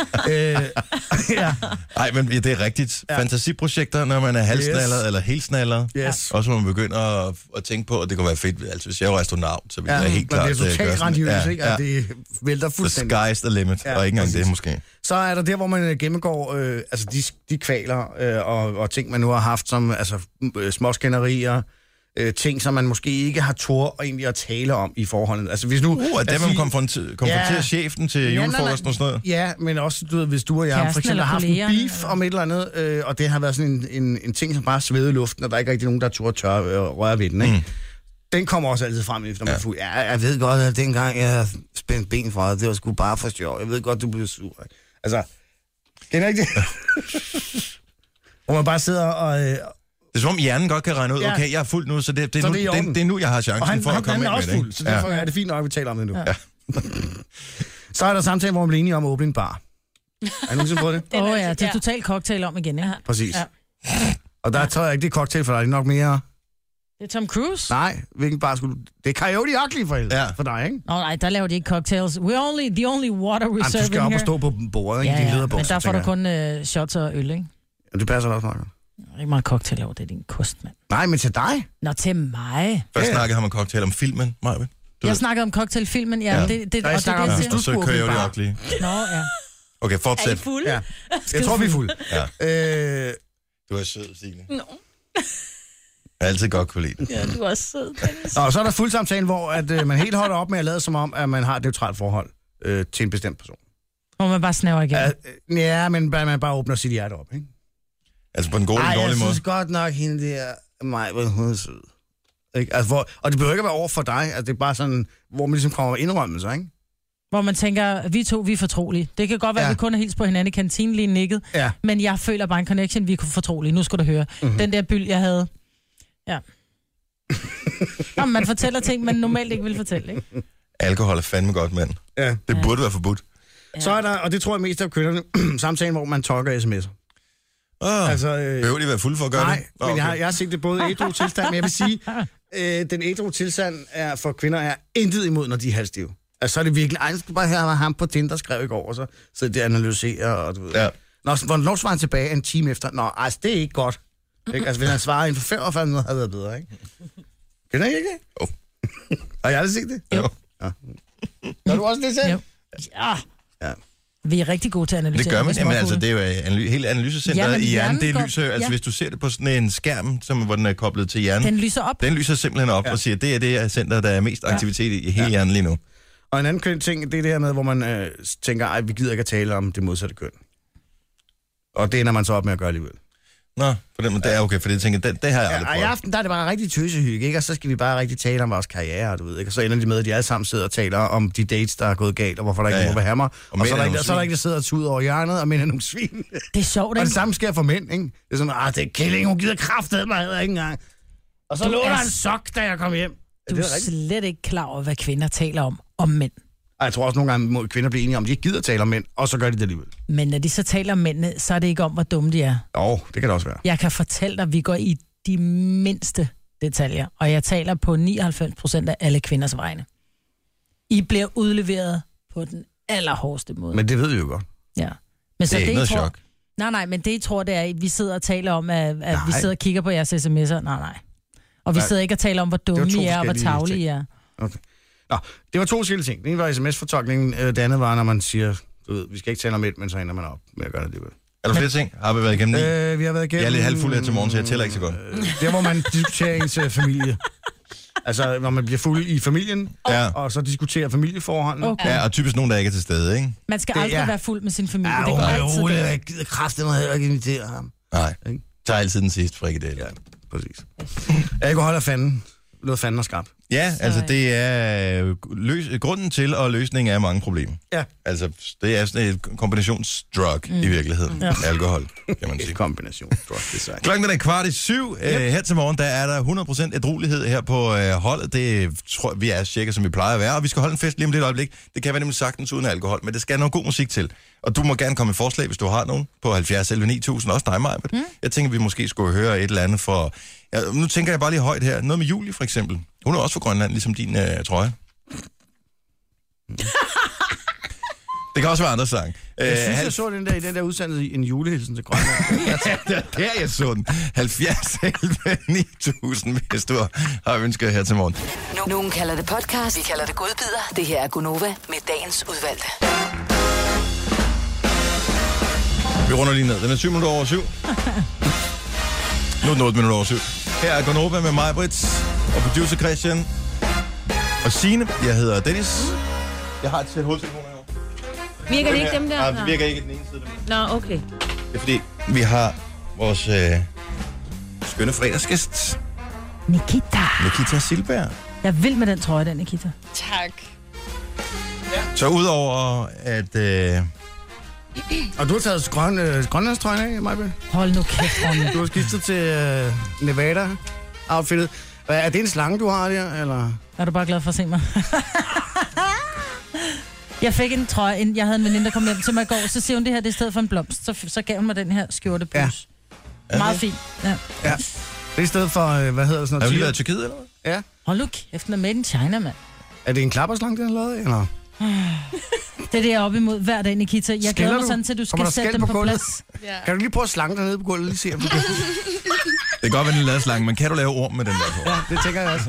Ja.
Nej, men det er rigtigt. Ja. Fantasiprojekter, når man er halvsnallet eller helsnallet.
Yes.
Også hvor man begynder at tænke på, at det kunne være fedt. Altså, hvis jeg var astronaut, så ville jeg helt klart...
det er totalt grandiøst, ikke? At det vælter fuldstændig.
The sky's the limit, og ikke engang det måske.
Så er der der, hvor man gennemgår altså de kvaler og ting, man nu har haft, som altså, småskænderier, ting, som man måske ikke har turt egentlig at tale om i forholdet. Altså hvis nu...
at det man konfronterer chefen til julefrokosten og sådan noget.
Ja, men også, du ved, hvis du og jeg for eksempel har haft en beef om et eller andet, og det har været sådan en ting, som bare sveder i luften, og der er ikke rigtig nogen, der turde røre ved den, ikke? Den kommer også altid frem efter man fuld. Ja, jeg ved godt, at dengang jeg spændte ben fra dig, det var sgu bare for sjov. Jeg ved godt, du blev sur. Ikke? Altså, kender ikke det? Hvor man bare sidder og...
Det er som om hjernen godt kan regne ud, okay, jeg er fuld nu, så det er nu, jeg har chancen for at komme ind med det.
Fuld, så derfor er det fint nok, at vi taler om det nu. Ja. Så er der samtale, hvor man bliver enige om at åbne en bar. Er I nogensinde på det?
Ja, det er totalt cocktail om igen, ja.
Præcis. Ja. Og der tror jeg ikke, det er cocktail for dig, det er nok mere...
Det er Tom Cruise?
Nej, hvilken bar skulle du... Det er Coyote Ugly for dig, ikke?
Nej, der laver de ikke cocktails. The only water we serve in here.
Du skal op og stå på bordet, ikke?
Ja, men der får du kun shots og øl, ikke?
Ja, det passer da også nok.
Ikke meget cocktail over, det er din kost, mand.
Nej, men til dig?
Nå, til mig.
Først snakkede han om cocktail om filmen, Marvin.
Jeg snakkede om cocktailfilmen, ja.
Og
så kører jeg det lige.
Nå, ja.
Okay, fortsæt.
Er I fulde?
Ja. Jeg tror, vi er fulde.
Ja. Du er sød, Signe.
Nå.
Jeg har altid godt kunne lide det.
Ja, du er også sød, Dennis.
Og så er der fuldsamtalen, hvor at, man helt holder op med at lade som om, at man har et neutralt forhold til en bestemt person.
Hvor man bare snæver igen.
Ja, men man bare åbner sit hjerte op, ikke?
Altså på en god eller dårlig måde?
Jeg synes godt nok, hende der mig, hvor hun er sød. Ikke? Altså, og det behøver ikke at være over for dig. Altså, det er bare sådan, hvor man ligesom kommer med indrømmelser, ikke?
Hvor man tænker, vi to, vi er fortrolige. Det kan godt være, at vi kun har hilst på hinanden i kantinen lige nikket. Ja. Men jeg føler bare en connection, vi er fortrolige. Nu skal du høre. Den der byld, jeg havde. Ja. Jamen, man fortæller ting, man normalt ikke vil fortælle, ikke?
Alkohol er fandme godt, mand.
Ja.
Det burde være forbudt.
Ja. Så er der, og det tror jeg mest af kvinderne, samtalen, hvor man tolker sms'er.
Altså, behøver de være fulde for at gøre
det?
Nej,
men jeg har set det både ædru tilstand, men jeg vil sige, den ædru tilstand er for kvinder er intet imod, når de er halvstive. Altså, så er det virkelig, jeg skal bare høre ham på Tinder, skrev i går, og så det analyserer, og du ved. Ja. Hvornår svarer han tilbage en time efter? Nå, altså, det er ikke godt. Ikke? Altså, hvis han svarer inden for 45 minutter, havde det været bedre, ikke? Kender I ikke det?
Jo.
Har jeg aldrig set det?
Jo.
Ja. Gør du også det selv?
Jo. Ja. Vi er rigtig gode til at analysere.
Det gør man. Jamen, altså, det er jo hele analysecenteret i hjernen. Det lyser, altså hvis du ser det på sådan en skærm, hvor den er koblet til hjernen.
Den lyser op.
Den lyser simpelthen op og siger, det er det center, der er mest aktivitet i hele hjernen lige nu.
Og en anden ting, det er det her med, hvor man tænker, ej, vi gider ikke at tale om det modsatte køn. Og det ender man så op med at gøre alligevel.
Nå, for det er okay, for det tænker det har jeg aldrig prøvet.
I aften, der er det bare rigtig tøsehygge, ikke? Og så skal vi bare rigtig tale om vores karriere, du ved, ikke? Og så ender de med, at de alle sammen sidder og taler om de dates, der er gået galt, og hvorfor der ikke må være hammer. Og så er der ikke, der sidder og tuder over hjørnet, og mænd er nogle svin.
Det er sjovt, ikke?
Og det samme sker for mænd, ikke? Det er sådan, det er kælling, hun gider kraftedeme mig ikke engang. Og så lå der en sok, da jeg kom hjem.
Du er slet ikke klar over, hvad kvinder taler om mænd.
Ej, jeg tror også nogle gange, må kvinder blive enige om, de ikke gider tale om mænd, og så gør de det alligevel.
Men når de så taler om mændene, så er det ikke om, hvor dumme de er.
Jo, det kan det også være.
Jeg kan fortælle dig, at vi går i de mindste detaljer, og jeg taler på 99% af alle kvinders vegne. I bliver udleveret på den allerhårdeste måde.
Men det ved vi jo godt.
Ja. Men så
det er ikke noget
tror,
chok.
Nej, men det I tror, det er, at vi sidder og taler om, at vi sidder og kigger på jeres sms'er. Nej. Og vi sidder ikke og taler om, hvor dumme I er, og hvor tavlige I er.
Okay. Nå, det var 2 forskellige ting. Den ene var sms-fortolkningen, det andet var, når man siger, du ved, vi skal ikke tale om et, men så ender man op med at gøre det alligevel.
Er der flere ting? Har vi været igennem 9?
Vi har været igennem...
Jeg er lidt halvfuld her til morgen, så jeg tæller ikke så godt.
Der, hvor man diskuterer ens familie. Altså, når man bliver fuld i familien, og så diskuterer familieforholdene.
Okay.
Ja, og typisk nogen, der ikke er til stede, ikke?
Man skal aldrig være fuld med sin familie.
Ja,
det går altid
jeg gider kraftedeme heller ikke invitere ham.
Nej, tager altid den sidste frikadelle.
Ja, præcis. Alkohol er fanden. Noget fanden og skrab.
Ja, altså det er grunden til, og løsningen er mange problemer.
Ja.
Altså, det er sådan et kombinationsdrug i virkeligheden. Alkohol, kan man sige.
Kombinationsdrug, det er sagt.
Klokken er 6:15. Her til morgen, der er der 100% ædruelighed her på holdet. Det tror vi er cirka, som vi plejer at være. Og vi skal holde en fest lige om lidt øjeblik. Det kan være nemlig sagtens uden alkohol, men det skal noget god musik til. Og du må gerne komme med forslag, hvis du har nogen, på 70 11 9000. Også dig, Maja. Jeg tænker, vi måske skulle høre et eller andet for... Ja, nu tænker jeg bare lige højt her. Noget med Julie, for eksempel. Hun er også fra Grønland, ligesom din trøje. Det kan også være andre sang.
Jeg synes, jeg så den der i den der udsendelse en julehilsen til Grønland.
Det er der, jeg så den. 70 11 9000, hvis du har ønsket her til morgen.
Nogen kalder det podcast, vi kalder det godbider. Det her er Gunova med dagens udvalgte.
Vi runder lige ned. Den er 7 minutter over 7. Nu er den 8 minutter over 7. Her er Gunova med mig, Brits, og producer Christian og Signe. Jeg hedder Dennis. Jeg har et sæt hovedtelefoner herovre.
Virker det ikke dem der?
Nej, det virker ikke den ene side.
Nå, okay.
Det er fordi, vi har vores skønne fredagsgæst, Nikita Silberg.
Jeg vil med den trøje, den Nikita.
Tak.
Så udover at...
Og du har taget grønlandstrøjen af, Majbe?
Hold nu kæft, Ronny.
Du har skiftet til Nevada-outfittet. Er det en slange, du har der, eller?
Er du bare glad for at se mig? Jeg fik en trøje, jeg havde en veninde, der kom hjem til mig i går, så siger hun, det her det er i stedet for en blomst. Så gav hun mig den her skjorteblus. Ja. Meget fint. Ja.
Det er i stedet for, hvad hedder det sådan noget?
Har du lige været i Tyrkiet, eller hvad?
Ja.
Hold nu kæft, den er made in China, mand.
Er det en klapperslange, den har lavet, eller?
Det er det, jeg er op imod hver dag, Nikita. Jeg glæder mig sådan til, at du skal sætte dem på plads.
Ja. Kan du lige prøve at slange dig nede på gulvet, lige se om du kan?
Det kan godt være, den lader slange, men kan du lave orm med den der på?
Ja, det tænker jeg også.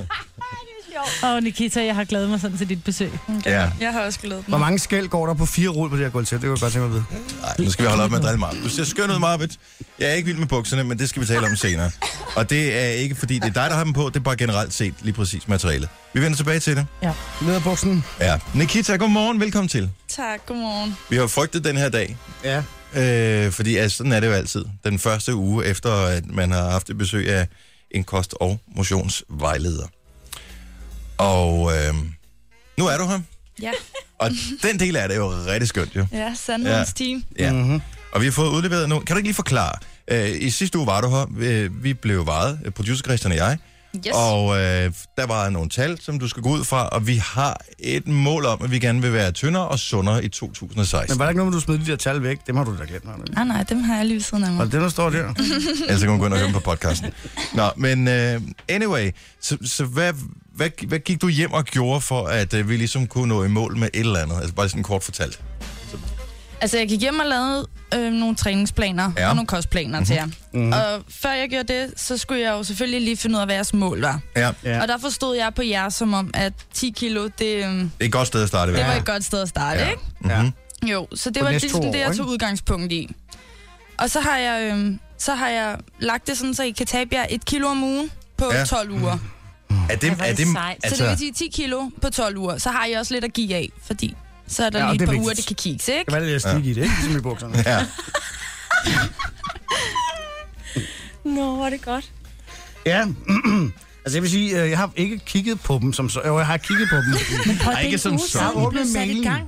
Nikita, jeg har glædet mig sådan til dit besøg.
Okay. Ja. Jeg har også glædet mig.
Hvor mange skæld går der på 4 rull på det her gulvtæt? Det kan jeg godt tænke mig at vide.
Nej, nu skal vi holde op med at drille meget. Du ser skøn ud, Marvitt. Jeg er ikke vild med bukserne, men det skal vi tale om senere. Og det er ikke, fordi det er dig, der har dem på. Det er bare generelt set lige præcis materialet. Vi vender tilbage til det.
Ja.
Ned ad buksen.
Ja. Nikita, godmorgen. Velkommen til.
Tak, godmorgen.
Vi har frygtet den her dag.
Ja.
Fordi altså, sådan er det jo altid. Den første uge efter, at man har haft et besøg af en kost- og motionsvejleder. Og nu er du her.
Ja.
Og den del af det er jo rigtig skønt, jo.
Ja, Sandholms team.
Ja. Mm-hmm. Og vi har fået udleveret nu. Kan du ikke lige forklare? I sidste uge var du her. Vi blev varet, producer Christian og jeg.
Yes.
Og der var nogle tal, som du skal gå ud fra. Og vi har et mål om, at vi gerne vil være tyndere og sundere i 2016.
Men var der ikke noget, du smed de der tal væk? Dem har du da glemt.
Nej, dem har jeg lige ved siden af mig.
Og det, der står der?
Ellers kan man gå ind og høre på podcasten. Nå, men anyway. Så hvad gik du hjem og gjorde for, at vi ligesom kunne nå i mål med et eller andet? Altså bare sådan kort fortalt.
Altså, jeg gik hjem og lavede nogle træningsplaner og nogle kostplaner til jer. Mm-hmm. Og før jeg gjorde det, så skulle jeg jo selvfølgelig lige finde ud af, hvad jeres mål var.
Ja.
Og der forstod jeg på jer som om, at 10 kilo, det er
et godt sted at starte.
Det var et godt sted at starte, ikke?
Mm-hmm.
Jo, så det var ligesom det, jeg tog udgangspunkt i. Og så har jeg lagt det sådan, så I kan tabe jer 1 kilo om ugen på 12 uger.
Er det
så det vil sige 10 kilo på 12 uger. Så har I også lidt at give af, fordi så er der lige et par uger, det kan kigge, ikke?
Det var lidt elastik i det, ikke? Ligesom i bukserne.
Ja.
Nå, var det godt.
Ja, altså jeg vil sige, jeg har ikke kigget på dem som så. Jo, jeg har kigget på dem.
Men prøv,
ikke som så.
Jeg blev sat i gang.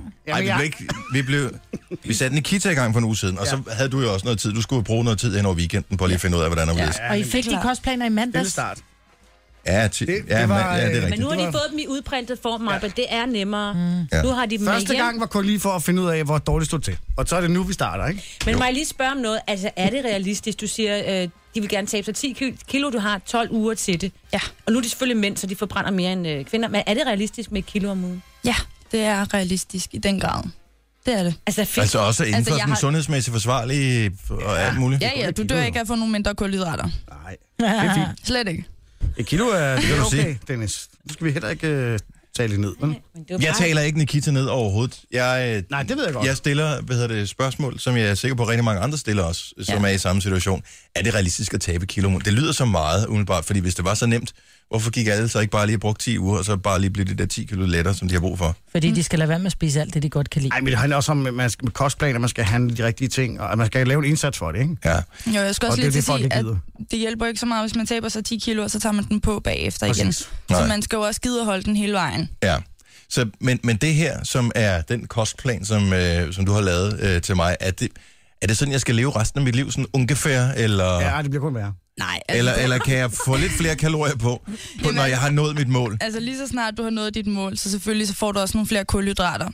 Vi satte Nikita i gang for en uge siden, og så havde du jo også noget tid. Du skulle bruge noget tid hen over weekenden på at lige finde ud af, hvordan det er.
Og I fik de kostplaner i mandags.
Ja,
det var,
det er rigtigt.
Men nu har de fået dem i udprintet form, Marbe. Det er nemmere. Ja. Nu har de dem
Første gang var kun lige for at finde ud af, hvor dårligt stod til. Og så er det nu, vi starter, ikke?
Men må jeg lige spørge om noget? Altså, er det realistisk? Du siger, de vil gerne tabe sig 10 kilo. Du har 12 uger til det.
Ja.
Og nu er de selvfølgelig mænd, så de forbrænder mere end kvinder. Men er det realistisk med 1 kilo om ugen?
Ja, det er realistisk i den grad. Det er det.
Altså også inden for den sundhedsmæssigt forsvarlige og alt muligt?
Ja, du dør ikke af at få nogle mindre kulhydrater.
Nej, det er fint.
Slet ikke.
1 kilo er okay, Dennis. Nu skal vi heller ikke tale ned, men...
Jeg taler ikke Nikita ned overhovedet.
Nej, det ved jeg godt.
Jeg stiller, spørgsmål, som jeg er sikker på, at rigtig mange andre stiller også, som er i samme situation. Er det realistisk at tabe kilo? Det lyder så meget umiddelbart, fordi hvis det var så nemt, hvorfor gik alle så ikke bare lige brugt 10 uger, og så bare lige blive det der 10 kilo lettere, som de har brug for?
Fordi de skal lade være med at spise alt det, de godt kan lide.
Nej, men det handler også om, med kostplaner, man skal handle de rigtige ting, og man skal lave en indsats for det, ikke?
Ja.
Jo, jeg skal også lige til at sige, at det hjælper ikke så meget, hvis man taber sig 10 kilo, og så tager man den på bagefter igen. Så man skal jo også gide at holde den hele vejen.
Ja. Så, men det her, som er den kostplan, som du har lavet til mig, er det sådan, jeg skal leve resten af mit liv, sådan ungefær, eller...
Ja, det bliver kun værre.
Nej. Altså...
Eller kan jeg få lidt flere kalorier på når jeg har nået mit mål?
Altså lige så snart du har nået dit mål, så selvfølgelig så får du også nogle flere kulhydrater.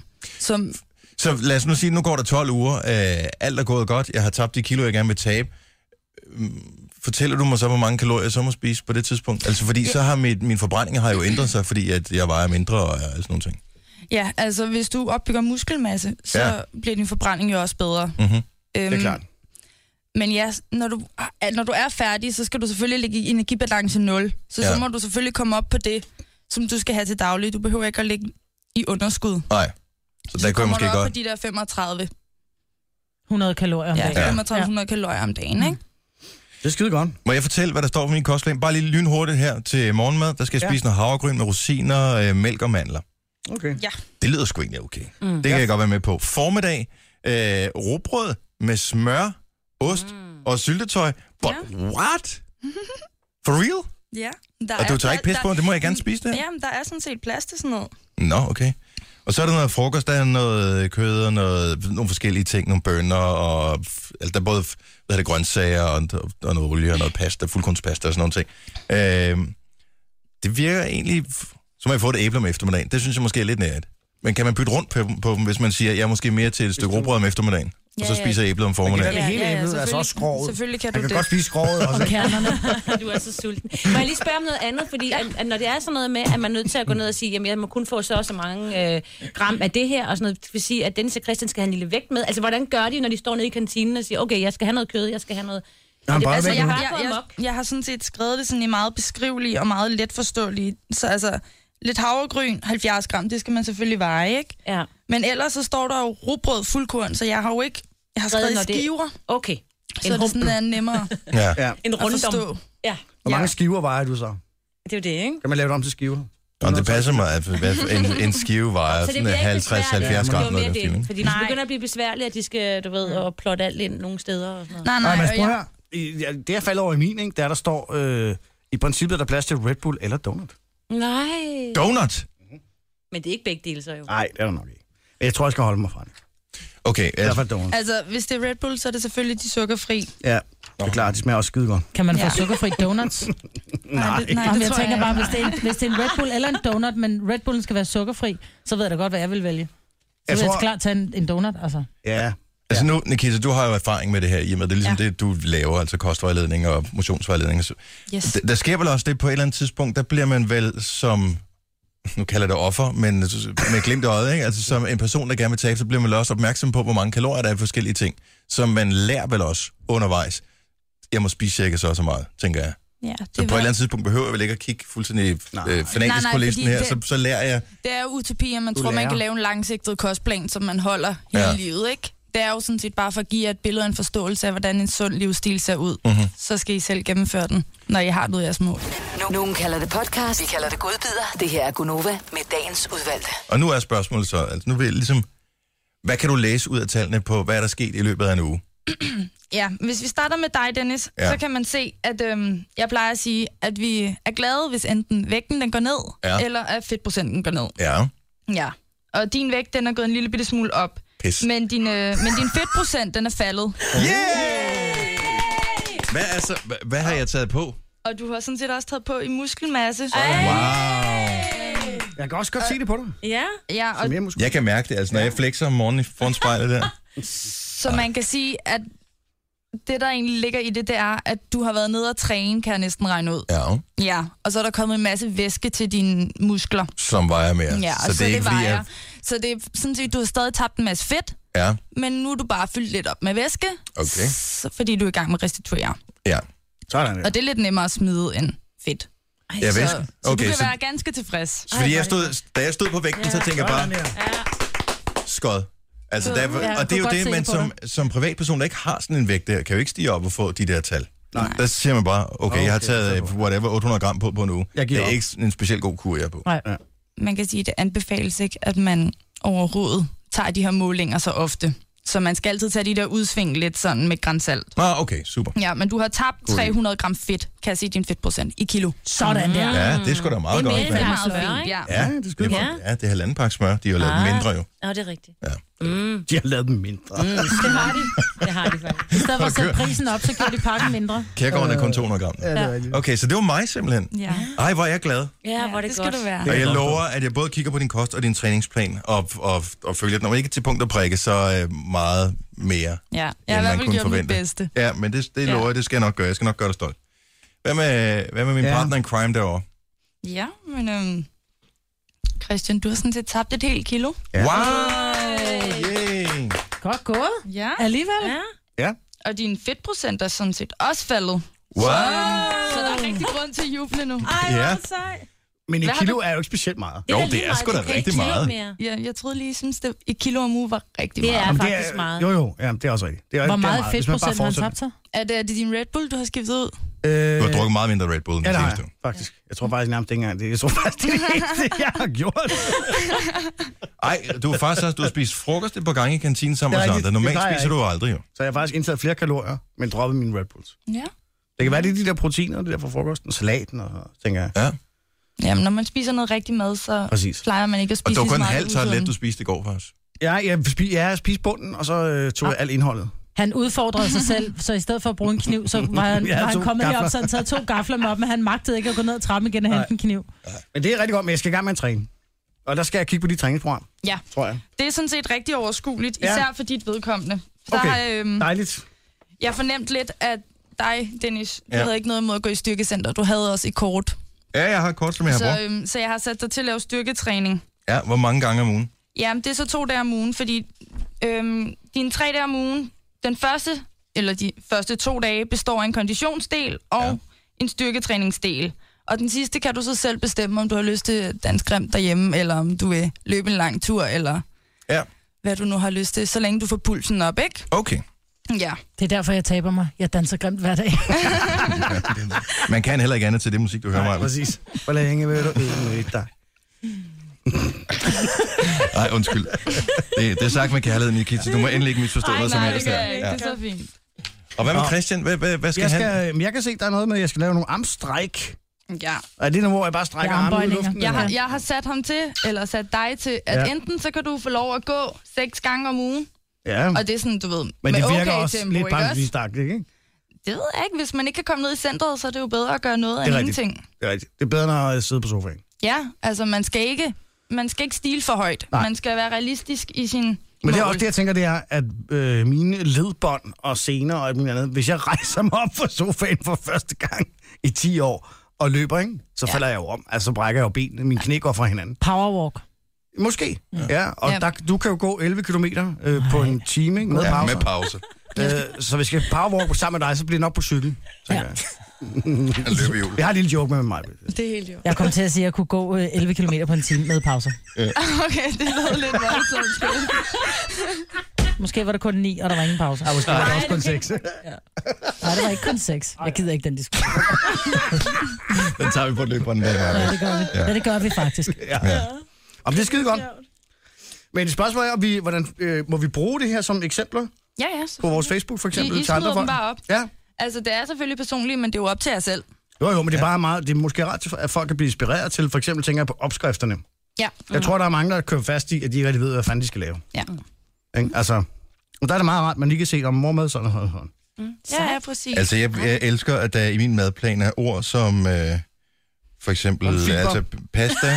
Så lad os nu sige, nu går der 12 uger, alt er gået godt, jeg har tabt de kilo, jeg gerne vil tabe. Fortæller du mig så, hvor mange kalorier jeg så må spise på det tidspunkt? Altså fordi så har min forbrænding har jo ændret sig, fordi at jeg vejer mindre og sådan nogle ting.
Ja, altså hvis du opbygger muskelmasse, så bliver din forbrænding jo også bedre.
Mm-hmm.
Det er klart.
Men ja, når du er færdig, så skal du selvfølgelig ligge i energibalance 0. Så må du selvfølgelig komme op på det, som du skal have til daglig. Du behøver ikke at ligge i underskud.
Nej. Så der kunne jeg måske godt...
Så kommer du op på de der 35.
100 kalorier om dagen.
3500 kalorier om dagen, ikke?
Det er skide godt.
Må jeg fortælle, hvad der står på min kostplan? Bare lige lynhurtigt her til morgenmad. Der skal jeg spise noget havregryn med rosiner, mælk og mandler. Okay. Ja. Det lyder sgu egentlig okay. Det kan jeg godt være med på. Formiddag, rugbrød med smør, ost og syltetøj. But what? For real?
Ja.
Og du tager ikke pis på, det må jeg gerne spise det her?
Jamen, der er sådan set plads til sådan noget.
Nå, okay. Og så er der noget frokost, der er noget kød og nogle forskellige ting, nogle bønner, og altså, der er både grøntsager og noget olie og noget pasta, fuldkornspasta og sådan nogle ting. Det virker egentlig, så må jeg få et æble om eftermiddagen. Det synes jeg måske er lidt nært. Men kan man bytte rundt på dem, hvis man siger, jeg er måske mere til et stykke rugbrød om eftermiddagen, og så spiser æblet om formiddagen?
Det hele æblet, altså også skroget.
Selvfølgelig kan du
det. Man kan godt spise skroget også.
Og kernerne.
Du er så sulten. Må jeg lige spørge om noget andet? Fordi at når det er sådan noget med, at man er nødt til at gå ned og sige, jamen jeg må kun få så mange gram af det her, og sådan noget, det vil sige, at Dennis og Christian skal have en lille vægt med. Altså, hvordan gør de, når de står nede i kantinen og siger, okay, jeg skal have noget kød, jeg skal have noget...
Jeg har sådan set skrevet det sådan i meget beskrivelige og meget let forståelige. Så altså, lidt havregryn, 70 gram, det skal man selvfølgelig veje, ikke?
Ja.
Men ellers så står der jo rugbrød fuldkorn, så jeg har jo ikke... Jeg har skrevet skiver.
Okay.
Så det sådan er nemmere
En rundom.
Ja.
Hvor mange skiver vejer du så?
Det er jo det, ikke?
Kan man lave det om til skiver?
Og det passer mig, at en skive vejer sådan 50-70 gram.
Fordi det begynder at blive besværligt, at de skal, du ved, og plotte alt ind nogle steder og sådan noget.
Nej, men spørg her. Det er faldet over i min, ikke? Der står, i princippet er der plads til Red Bull eller donut.
Nej.
Donut?
Men det er ikke begge dele, så jo.
Nej, det er der nok ikke. Jeg tror, jeg skal holde mig fra det.
Okay.
Altså, hvis det er Red Bull, så er det selvfølgelig de sukkerfri.
Ja, det er klart. De smager også skide godt.
Kan man få sukkerfri donuts?
Nej.
Jeg tænker bare, hvis det er en Red Bull eller en donut, men Red Bullen skal være sukkerfri, så ved jeg da godt, hvad jeg vil vælge. Så vil jeg klart tage en donut, altså.
Ja.
Altså nu, Nikita, du har jo erfaring med det her i og med, det er ligesom det, du laver, altså kostvejledning og motionsvejledning.
Yes.
Der sker vel også det på et eller andet tidspunkt, der bliver man vel som, nu kalder det offer, men med glimt i øjet, ikke? Altså som en person, der gerne vil tabe, så bliver man vel også opmærksom på, hvor mange kalorier der er i forskellige ting, som man lærer vel også undervejs. Jeg må spise cirka så meget, tænker jeg.
Ja,
så på et eller andet tidspunkt behøver jeg vel ikke at kigge fuldstændig fanatisk på listen her, så lærer jeg...
Det er jo utopi, at man tror, man kan lave en langsigtet kostplan, som man holder hele livet, ikke? Det er jo sådan set bare for at give jer et billede og en forståelse af, hvordan en sund livsstil ser ud. Mm-hmm. Så skal I selv gennemføre den, når I har noget jeres mål.
Nogen kalder det podcast, vi kalder det godbidder. Det her er Gunova med dagens udvalgte.
Og nu er spørgsmålet så, altså nu vil jeg ligesom, hvad kan du læse ud af tallene på, hvad er der sket i løbet af en uge?
Ja, hvis vi starter med dig, Dennis, så kan man se, at jeg plejer at sige, at vi er glade, hvis enten vægten den går ned, eller at fedtprocenten går ned. Ja. Ja, og din vægt, den er gået en lille bitte smule op.
Pis.
Men din fedtprocent, den er faldet.
Yeah! Hvad har jeg taget på?
Og du har sådan set også taget på i muskelmasse.
Wow.
Jeg kan også godt se det på dig.
Ja.
Og
Jeg kan mærke det, altså når jeg flexer om morgenen foran spejlet der.
så man kan sige, at det, der egentlig ligger i det, det er, at du har været nede og træne, kan jeg næsten regne ud.
Ja.
Ja, og så er der kommet en masse væske til dine muskler.
Som vejer mere.
Ja,
så det er ikke fordi,
Så det er sådan set, du har stadig tabt en masse fedt, men nu er du bare fyldt lidt op med væske, fordi du er i gang med at restituere.
Ja.
Sådan.
Og det er lidt nemmere at smide end fedt.
Ja,
så du kan være ganske tilfreds.
Fordi da jeg stod på vægten, så tænker jeg bare, skod. Altså, og det er jo det, man som privatperson, der ikke har sådan en vægt der, kan jo ikke stige op og få de der tal. Nej. Der siger man bare, okay, jeg har taget 800 gram på en uge. Det er ikke en specielt god kur, jeg er på.
Nej. Ja. Man kan sige, at det anbefales ikke, at man overhovedet tager de her målinger så ofte. Så man skal altid tage de der udsving lidt sådan med grænsalt.
Okay, super.
Ja, men du har tabt 300 gram fedt, kan jeg sige, din fedtprocent i kilo.
Sådan der.
Ja, det er sgu da meget godt.
Det er meget fint.
Ja, det er sgu da. Ja, det er 1,5 pakke smør. De har lavet mindre jo.
Ja, det er rigtigt.
Ja.
De har lavet dem mindre.
Det har de faktisk.
I stedet for at sætte prisen op, så gjorde de pakken mindre.
Kærgården er kun 200 gram. Okay, så det var mig simpelthen.
Ja.
Ej, hvor er jeg glad.
Ja, hvor er det godt.
Skal du være.
Og jeg lover, at jeg både kigger på din kost og din træningsplan og følger den. Og ikke til punkt og prikke, så meget mere,
ja, jeg
end
har
man
i hvert fald
kunne
gjort mit
forvente.
bedste.
Ja, men det lover jeg, det skal jeg nok gøre. Jeg skal nok gøre dig stolt. Hvad med min partner in crime derovre?
Ja, men Christian, du har sådan set tabt et helt kilo.
Ja. Wow! Yeah.
Godt gået.
Ja.
Alligevel.
Ja.
Og din fedtprocent er sådan set også faldet.
Wow!
Så der er rigtig grund til at juble nu.
Ej, hvor er det sej.
Men et kilo er jo ikke specielt meget.
Jo, det er sgu da rigtig meget.
Ja, jeg troede lige, synes det et kilo om uge var rigtig meget.
Det er faktisk meget.
Jo, ja, det er også rigtigt.
Hvor meget fedtprocent har han tabt sig?
Er det din Red Bull, du har skiftet ud?
Du har drukket meget mindre Red Bull end
det
seneste.
Faktisk. Jeg tror faktisk nærmest ikke engang det. Jeg tror faktisk, det er det eneste, jeg har gjort.
Ej, du har spist frokost et par gange i kantinen sammen med andre. Normalt spiser du aldrig jo.
Så jeg har faktisk indtaget flere kalorier, men droppet mine Red Bulls.
Ja.
Det kan være, det er de der proteiner, det der fra frokosten, salaten og tænker jeg.
Ja.
Jamen, når man spiser noget rigtig mad, så plejer man ikke at spise.
Og det var kun halvt så let, du spiste i går faktisk.
Ja, jeg spiste bunden, og så tog jeg alt indholdet.
Han udfordrede sig selv, så i stedet for at bruge en kniv, så var han kommet herop, så han taget 2 gafler med op, men han magtede ikke at gå ned ad trappen igen og hente en kniv.
Men det er rigtig godt, men jeg skal i gang med at træne. Og der skal jeg kigge på dit træningsprogram, tror jeg.
Det er sådan set rigtig overskueligt, især for dit vedkommende.
Okay, dejligt.
Jeg fornemte lidt, at dig, Dennis, du havde ikke noget imod at gå i styrkecenter. Du havde også et kort.
Ja, jeg har et kort, som jeg har brugt.
Så jeg har sat dig til at lave styrketræning.
Ja, hvor mange gange om ugen?
Jamen, det er så 2 dage om ugen, fordi dine 3 dage om ugen, de første 2 dage består af en konditionsdel og en styrketræningsdel. Og den sidste kan du så selv bestemme, om du har lyst til dansk rem derhjemme, eller om du vil løbe en lang tur, eller hvad du nu har lyst til, så længe du får pulsen op, ikke?
Okay.
Ja.
Det er derfor, jeg taber mig. Jeg danser grimt hver dag.
Man kan heller ikke andet til det musik, du hører mig.
Præcis. Hvor længe vil du øde dig?
Nej, undskyld. Det er sagt med kærlighed, Nikita. Du må endelig ikke misforstå noget som helst.
Nej, det er så fint.
Og hvad med Christian? Hvad skal han?
Jeg kan se, der er noget med, at jeg skal lave nogle armstræk.
Ja.
Og er det nu, hvor jeg bare strækker armene i luften?
Jeg har sat ham til, eller sat dig til, at enten så kan du få lov at gå 6 gange om ugen. Ja. Og det er sådan, du ved,
men det virker
okay
også
tempo,
lidt parkvistagtigt, ikke?
Det ved jeg ikke. Hvis man ikke kan komme ned i centret, så er det jo bedre at gøre noget af ingenting.
Det er rigtigt. Det er bedre, når jeg sidder på sofaen.
Ja, altså man skal ikke stile for højt. Nej. Man skal være realistisk i sin
Men det er også det, jeg tænker, det er, at mine ledbånd og sener og alt muligt andet, hvis jeg rejser mig op fra sofaen for første gang i 10 år og løber, ikke, så falder jeg jo om. Altså, så brækker jeg jo benene. Mine knæ går fra hinanden.
Powerwalk.
Måske, ja. Og du kan jo gå 11 kilometer på en time, ikke? Med pause.
Med pause.
Så hvis jeg skal powerwalk sammen med dig, så bliver det nok på cykel.
Ja.
Jeg har en lille joke med mig.
Det er helt jo.
Jeg kom til at sige, at jeg kunne gå 11 km på en time med pauser.
Ja. Okay, det lød lidt voldsomt.
Måske var det kun 9, og der var ingen pauser.
Måske var det også kun 6.
Nej, det var ikke kun 6. Jeg gider ikke den diskussion.
Den tager vi på løberen.
Ja, det gør vi. Ja, det gør vi faktisk.
Ja. Om det er skide godt. Men spørgsmålet er, hvordan må vi bruge det her som eksempler?
Ja.
På vores Facebook for eksempel.
I smider dem bare op.
Ja.
Altså, det er selvfølgelig personligt, men det er jo op til jer selv.
Jo, men det er bare meget, det er måske ret, at folk kan blive inspireret til, for eksempel tænker jeg på opskrifterne.
Ja.
Jeg tror, der er mange, der kører fast i, at de ikke rigtig ved, hvad fanden de skal lave.
Ja.
Altså, og der er det meget rart, man lige kan se, om mormad sådan noget.
Ja, præcis.
Altså, jeg elsker, at der i min madplan er ord som for eksempel altså, pasta,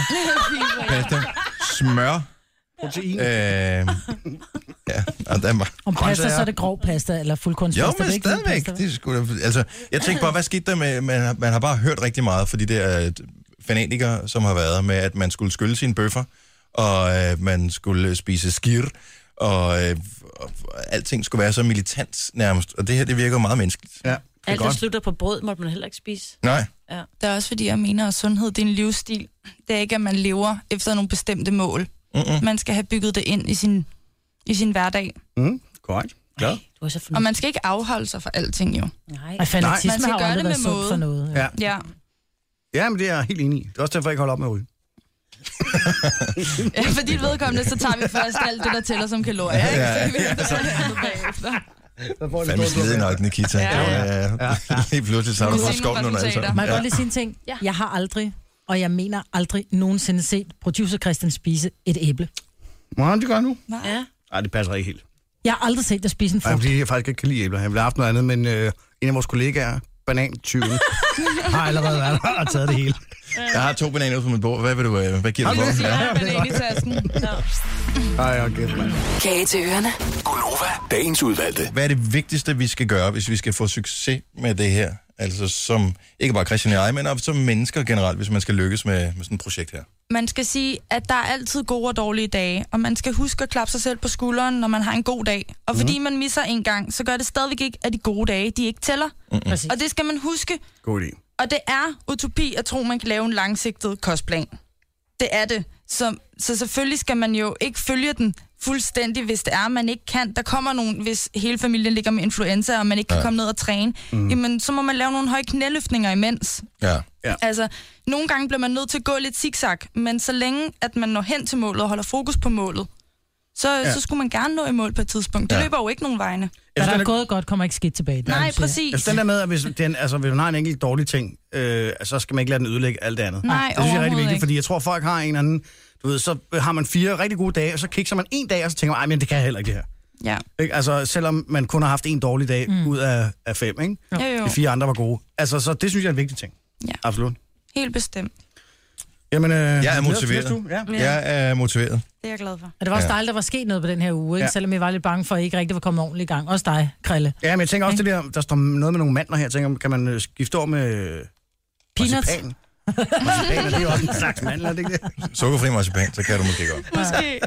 smør,
protein.
Ja, og der var...
Om pasta, så er det grov pasta, eller fuldkornspasta.
Jo, men stadigvæk. Det er sgu da, altså, jeg tænkte bare, hvad skete der med... Man har bare hørt rigtig meget for de der fanatikere, som har været med, at man skulle skylle sine bøffer, og man skulle spise skir, og alting skulle være så militant nærmest. Og det her, det virker meget menneskeligt.
Ja.
Alt, der slutter på brød, måtte man heller ikke spise.
Nej.
Ja.
Det er også fordi, jeg mener, at sundhed, det er en livsstil. Det er ikke, at man lever efter nogle bestemte mål. Man skal have bygget det ind i sin hverdag.
Korrekt.
Ja.
Og man skal ikke afholde sig for alting, jo.
Nej. Fanatisme
Man skal
har
gøre
aldrig
det
været
med
sundt for noget.
Ja. Ja, men det er jeg helt enig i. Det er også derfor, jeg ikke holder op med at ryge.
Ja, for dit vedkommende, så tager vi først alt det, der tæller som kalorier.
Ja.
Ikke? Så kan vi det bagefter.
Fandme slede nok, Nikita. Ja. Lige pludselig, så har du fået skoven under altså.
Må jeg godt lige sige en ting? Ja. Jeg har aldrig, og jeg mener aldrig nogensinde set producer Christian spise et æble.
Må han det gøre nu?
Ja.
Nej, det passer ikke helt.
Jeg har aldrig set dig spise en frugt.
Nej, fordi jeg faktisk ikke kan lide æbler. Jeg ville have haft noget andet, men en af vores kollegaer, banantyven, har allerede været der og taget det hele.
Jeg har 2 bananer ud på mit bord. Hvad giver du for?
Ja, banan i tasken.
Ej, okay, mand.
Kage til ørerne.
Gunova, dagens udvalgte.
Hvad er det vigtigste, vi skal gøre, hvis vi skal få succes med det her? Altså som, ikke bare Christian og jeg, men også som mennesker generelt, hvis man skal lykkes med sådan et projekt her.
Man skal sige, at der er altid gode og dårlige dage, og man skal huske at klappe sig selv på skulderen, når man har en god dag. Og fordi man misser en gang, så gør det stadigvæk ikke, at de gode dage, de ikke tæller. Og det skal man huske.
God idé.
Og det er utopi at tro, man kan lave en langsigtet kostplan. Det er det. Så selvfølgelig skal man jo ikke følge den fuldstændig, hvis det er, man ikke kan. Der kommer nogen, hvis hele familien ligger med influenza, og man ikke kan komme ned og træne. Jamen, så må man lave nogle høje knæløftninger imens.
Ja.
Altså, nogle gange bliver man nødt til at gå lidt zigzag, men så længe, at man når hen til målet og holder fokus på målet, så skulle man gerne nå i mål på et tidspunkt. Det løber jo ikke nogen vegne.
Hvad der er gået godt, kommer ikke skidt tilbage.
Nej, præcis.
Altså den der med, at hvis du har en enkelt dårlig ting, så skal man ikke lade den ødelægge alt det andet.
Nej,
det synes jeg er rigtig vigtigt,
ikke.
fordi jeg tror, folk har en eller anden... Du ved, så har man 4 rigtig gode dage, og så kikser man en dag, og så tænker man, men det kan jeg heller ikke det her.
Ja.
Ikke? Altså, selvom man kun har haft en dårlig dag ud af 5, ikke?
Jo.
De 4 andre var gode. Altså, så det synes jeg er en vigtig ting.
Ja.
Absolut.
Helt bestemt.
Jamen,
jeg er motiveret. Jeg er motiveret.
Det er jeg glad for.
Og det var også dejligt, der var sket noget på den her uge, ikke? Selvom jeg var lidt bange for, at I ikke rigtig var kommet ordentligt i gang. Også dig, Krille.
Ja, men jeg tænker også det der står noget med nogle mandler her. Jeg tænker, kan man skifte over med...
Peanuts?
Marcipan, det er jo også en slags mandler, er det ikke det?
Sukkerfri marcipan, så kan du måske godt.
Måske.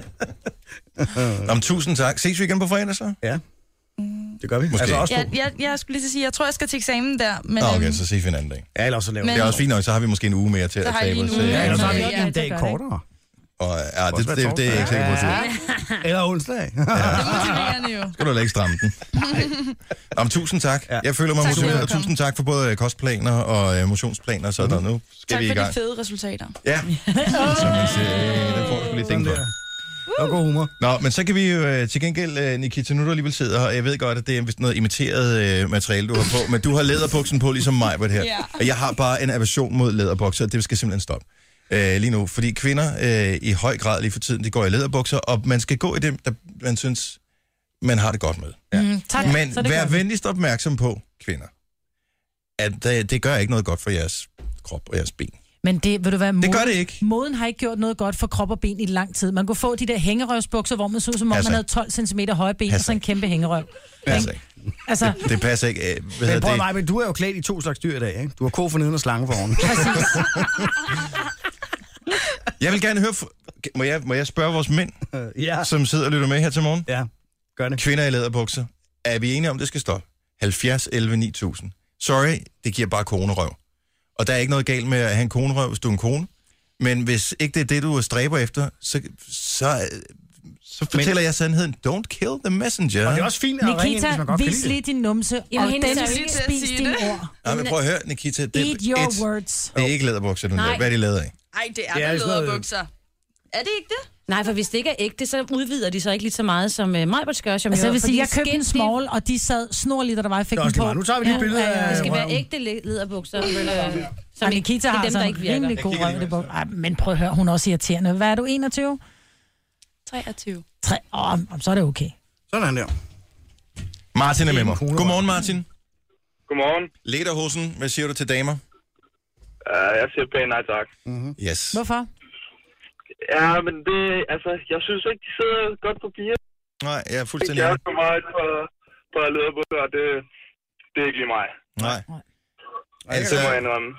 Om 1000 tak. Ses vi igen på fredag så?
Ja. Det gør vi.
Måske.
Altså også
jeg skulle lige til at sige, jeg tror, jeg skal til eksamen der. Men,
okay, så ses vi en anden dag.
Ja, ellers så laver
Det er også fint nok, så har vi måske en uge mere til at tabe os.
Ja, ellers har vi
Ja,
en dag kortere.
Og, det er jeg ikke sikker på.
Eller onsdag.
Det er motiverende jo.
Skal du lægge stramme den. Om 1000 tak. Jeg føler mig motiveret. Og 1000 tak for både kostplaner og motionsplaner. Så der nu skal
tak
vi i gang.
Tak for de fede resultater.
Ja. Så man siger, den får du lige ding for.
Og god humor.
Nå, men så kan vi jo til gengæld, Nikita, nu du alligevel sidder her, og jeg ved godt, at det er vist noget imiteret materiale, du har på, men du har læderbuksen på, ligesom mig, her.
Ja.
Og jeg har bare en aversion mod læderbukser, og det skal simpelthen stoppe. Lige nu, fordi kvinder i høj grad lige for tiden, de går i læderbukser, og man skal gå i dem, der man synes, man har det godt med. Ja.
Tak.
Men vær venligst opmærksom på, kvinder, at det gør ikke noget godt for jeres krop og jeres ben.
Men det, vil du være,
det gør det ikke.
Moden har ikke gjort noget godt for krop og ben i lang tid. Man kunne få de der hængerøvsbukser, hvor man så som om man havde 12 cm høje ben, og så en kæmpe hængerøv.
Passer ikke.
Altså,
det passer ikke.
Men prøv mig, men du er jo klædt i 2 slags dyr i dag, ikke? Du har ko for neden og slange for oven.
Præcis.
Jeg vil gerne høre... Må jeg spørge vores mænd, som sidder og lytter med her til morgen?
Ja, gør det.
Kvinder i læderbukser. Er vi enige om, det skal stoppe? 70, 11, 9000. Sorry, det giver bare konerøv. Og der er ikke noget galt med at have en konerøv, hvis du er en kone. Men hvis ikke det er det, du stræber efter, så fortæller jeg sandheden. Don't kill the messenger.
Og det er også fint at ringe ind, hvis man godt kan
vis lige din numse, og Dennis, spis din ord.
Nej, men prøv at høre, Nikita.
Eat your words.
Det er ikke læderbukser, du Hvad er de lavet af?
Ej, det er læderbukser. Er det ikke det?
Nej, for hvis det ikke er ægte, så udvider de så ikke lige så meget, som Majbert gør.
Altså, jeg vil sige, jeg købte en small, og de sad snorligt, da der var, jeg fik den på.
Nu tager vi lige et billede af...
Det skal være ægte læderbukser.
Så Nikita har sådan en rimelig god røv. Men prøv at høre, hun er også irriterende. Hvad er du, 21?
23.
Så er det okay.
Sådan der.
Martin er med mig. Godmorgen, Martin.
Godmorgen.
Lederhosen, hvad siger du til damer?
Jeg siger pænt nej tak.
Yes.
Hvorfor?
Ja, men det, altså, jeg synes ikke, de sidder godt på piger.
Nej, jeg er fuldstændig...
Det er for meget på lederbukser, og det er ikke lige mig.
Nej.
Altså, det må jeg indrømme.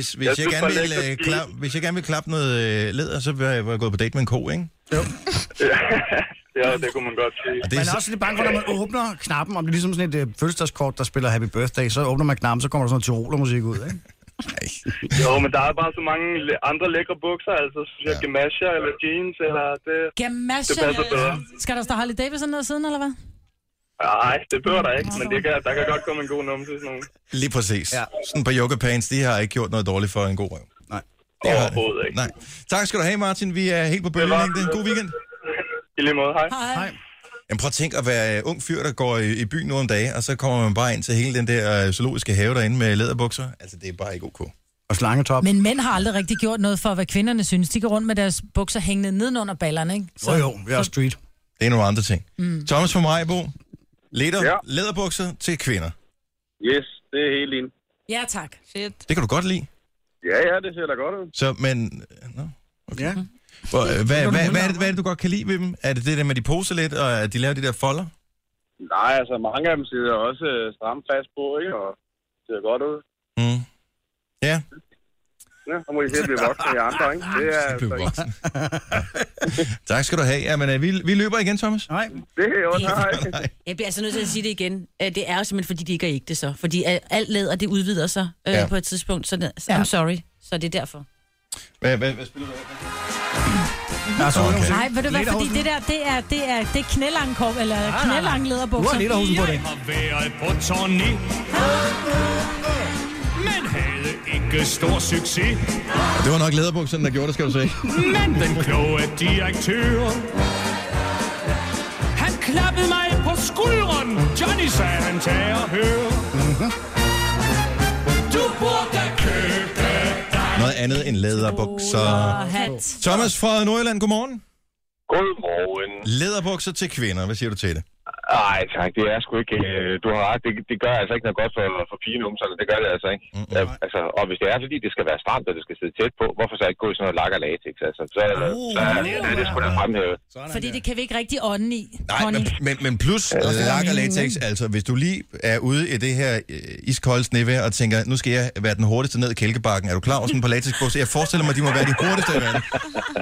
Hvis jeg gerne vil klappe noget læder, så vil jeg gået på date med en ko, ikke?
Jo.
Ja, det kunne man godt sige.
Man er også lidt bange for, når man åbner knappen, om det er ligesom sådan et fødselsdagskort, der spiller Happy Birthday, så åbner man knappen, så kommer der sådan noget tyrolermusik ud, ikke?
Jo, men der er bare så mange andre lækre bukser, altså synes jeg, gamasher eller jeans, eller det...
Gamasher?
Det passer bedre.
Skal der stå Harley Davidson ned siden, eller hvad?
Nej, det behøver der ikke, men der kan godt komme en god numse til nogen.
Lige præcis. Ja. Sådan på yoga pants, de har ikke gjort noget dårligt for en god røv.
Nej.
Overhovedet ikke.
Nej. Tak skal du have, Martin. Vi er helt på bølgelængde. God weekend.
I lige måde. Hej.
Hej.
Jamen prøv at tænke at være ung fyr, der går i byen nogle dage, og så kommer man bare ind til hele den der zoologiske have derinde med læderbukser. Altså, det er bare ikke ok.
Og slangetop.
Men mænd har aldrig rigtig gjort noget for, hvad kvinderne synes. De går rundt med deres bukser hængende nedenunder ballerne, ikke?
Så, jo, vi er street.
Det er nogle andre ting. Thomas fra Majbo. Læderbukser til kvinder.
Yes, det er helt ind.
Ja, tak. Fedt.
Det kan du godt lide.
Ja, det ser da godt ud.
Så, men... Okay. Ja. Hvad er det, du godt kan lide ved dem? Er det det der med, de poser lidt, og at de laver de der folder?
Nej, altså mange af dem sidder også stramt fast på, ikke? Og det ser godt ud.
Ja.
Ja, så må I se at blive voksne i andre, ikke? Det er
Tak skal du have. Jamen, vi løber igen, Thomas.
Nej.
Det er jo nej.
Jeg bliver altså nødt til at sige det igen. Det er jo simpelthen, fordi de ikke er ægte så. Fordi alt læder, det udvider sig på et tidspunkt. Så I'm sorry. Så det er derfor.
Hvad spiller du
af? Nej, ved du hvad, fordi det der, det er knælang eller knælang læderbukser.
Du har lederhosen på det.
Jeg har været på turné, men havde ikke stor succes.
Det var nok læderbukserne, der gjorde det, skal du se.
Men den kloge direktør, han klappede mig på skulderen. Johnny sagde, han tager og hører. Du burde købe
noget andet end læderbukser. Thomas fra Nordjylland, godmorgen.
Godmorgen.
Læderbukser til kvinder, hvad siger du til det?
Nej, tak, det er sgu ikke... Du har ret, det gør altså ikke noget godt for pigenumserne, det gør det altså ikke. Altså, og hvis det er, fordi det skal være stramt, og det skal sidde tæt på, hvorfor så ikke gå i sådan noget lak og latex? Altså, så er det sgu da fremhævet.
Fordi det kan vi ikke rigtig ånde i.
Nej, men plus lak og latex, altså hvis du lige er ude i det her iskolde snevejr og tænker, nu skal jeg være den hurtigste ned i Kælkebakken, er du klar over sådan på latexbukser? Jeg forestiller mig, at de må være de hurtigste i verden.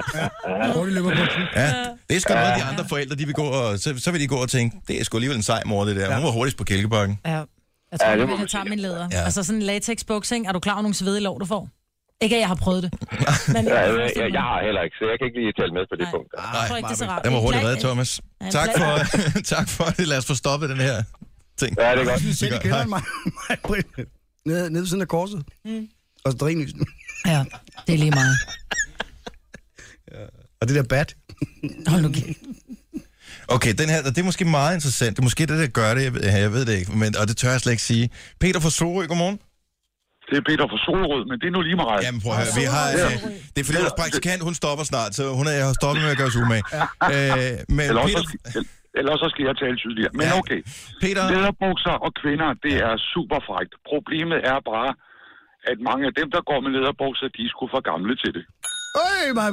Ja, det er sgu noget, de andre forældre, de vil gå og, så vil de gå og tænke, det er sgu alligevel en sej mor, det der. Hun var hurtigst på Kælkebakken.
Ja. Jeg tror, jeg tager min læder. Ja. Altså sådan en latexbuks, ikke? Er du klar over nogle svedige lov, du får? Ikke, at jeg har prøvet det. Men
jeg har heller ikke, så jeg kan ikke lige tælle med på det punkt.
Nej, den var hurtigt reddet, Thomas. Tak for det. Lad os få stoppet den her ting.
Ja, det er godt.
Jeg synes, det kender mig. Nede ved siden af korset. Og så drenlysen.
Ja, det er lige meget.
Og det der bat.
Hold nu.
Okay, den her, det er måske meget interessant. Det er måske det, der gør det. Jeg ved det ikke, og det tør jeg slet ikke sige. Peter fra Sorø, godmorgen.
Det er Peter fra Solrød, men det er nu lige meget.
Jamen prøv at høre, vi har... det er fordi vores praktikant, hun stopper snart, så jeg har stoppet med at gøre sig umage. Men
Ellers så skal jeg tale tydeligere. Men okay.
Peter...
Læderbukser og kvinder, det er super frækt. Problemet er bare, at mange af dem, der går med læderbukser, de er sgu for gamle til det.
Øj, mig.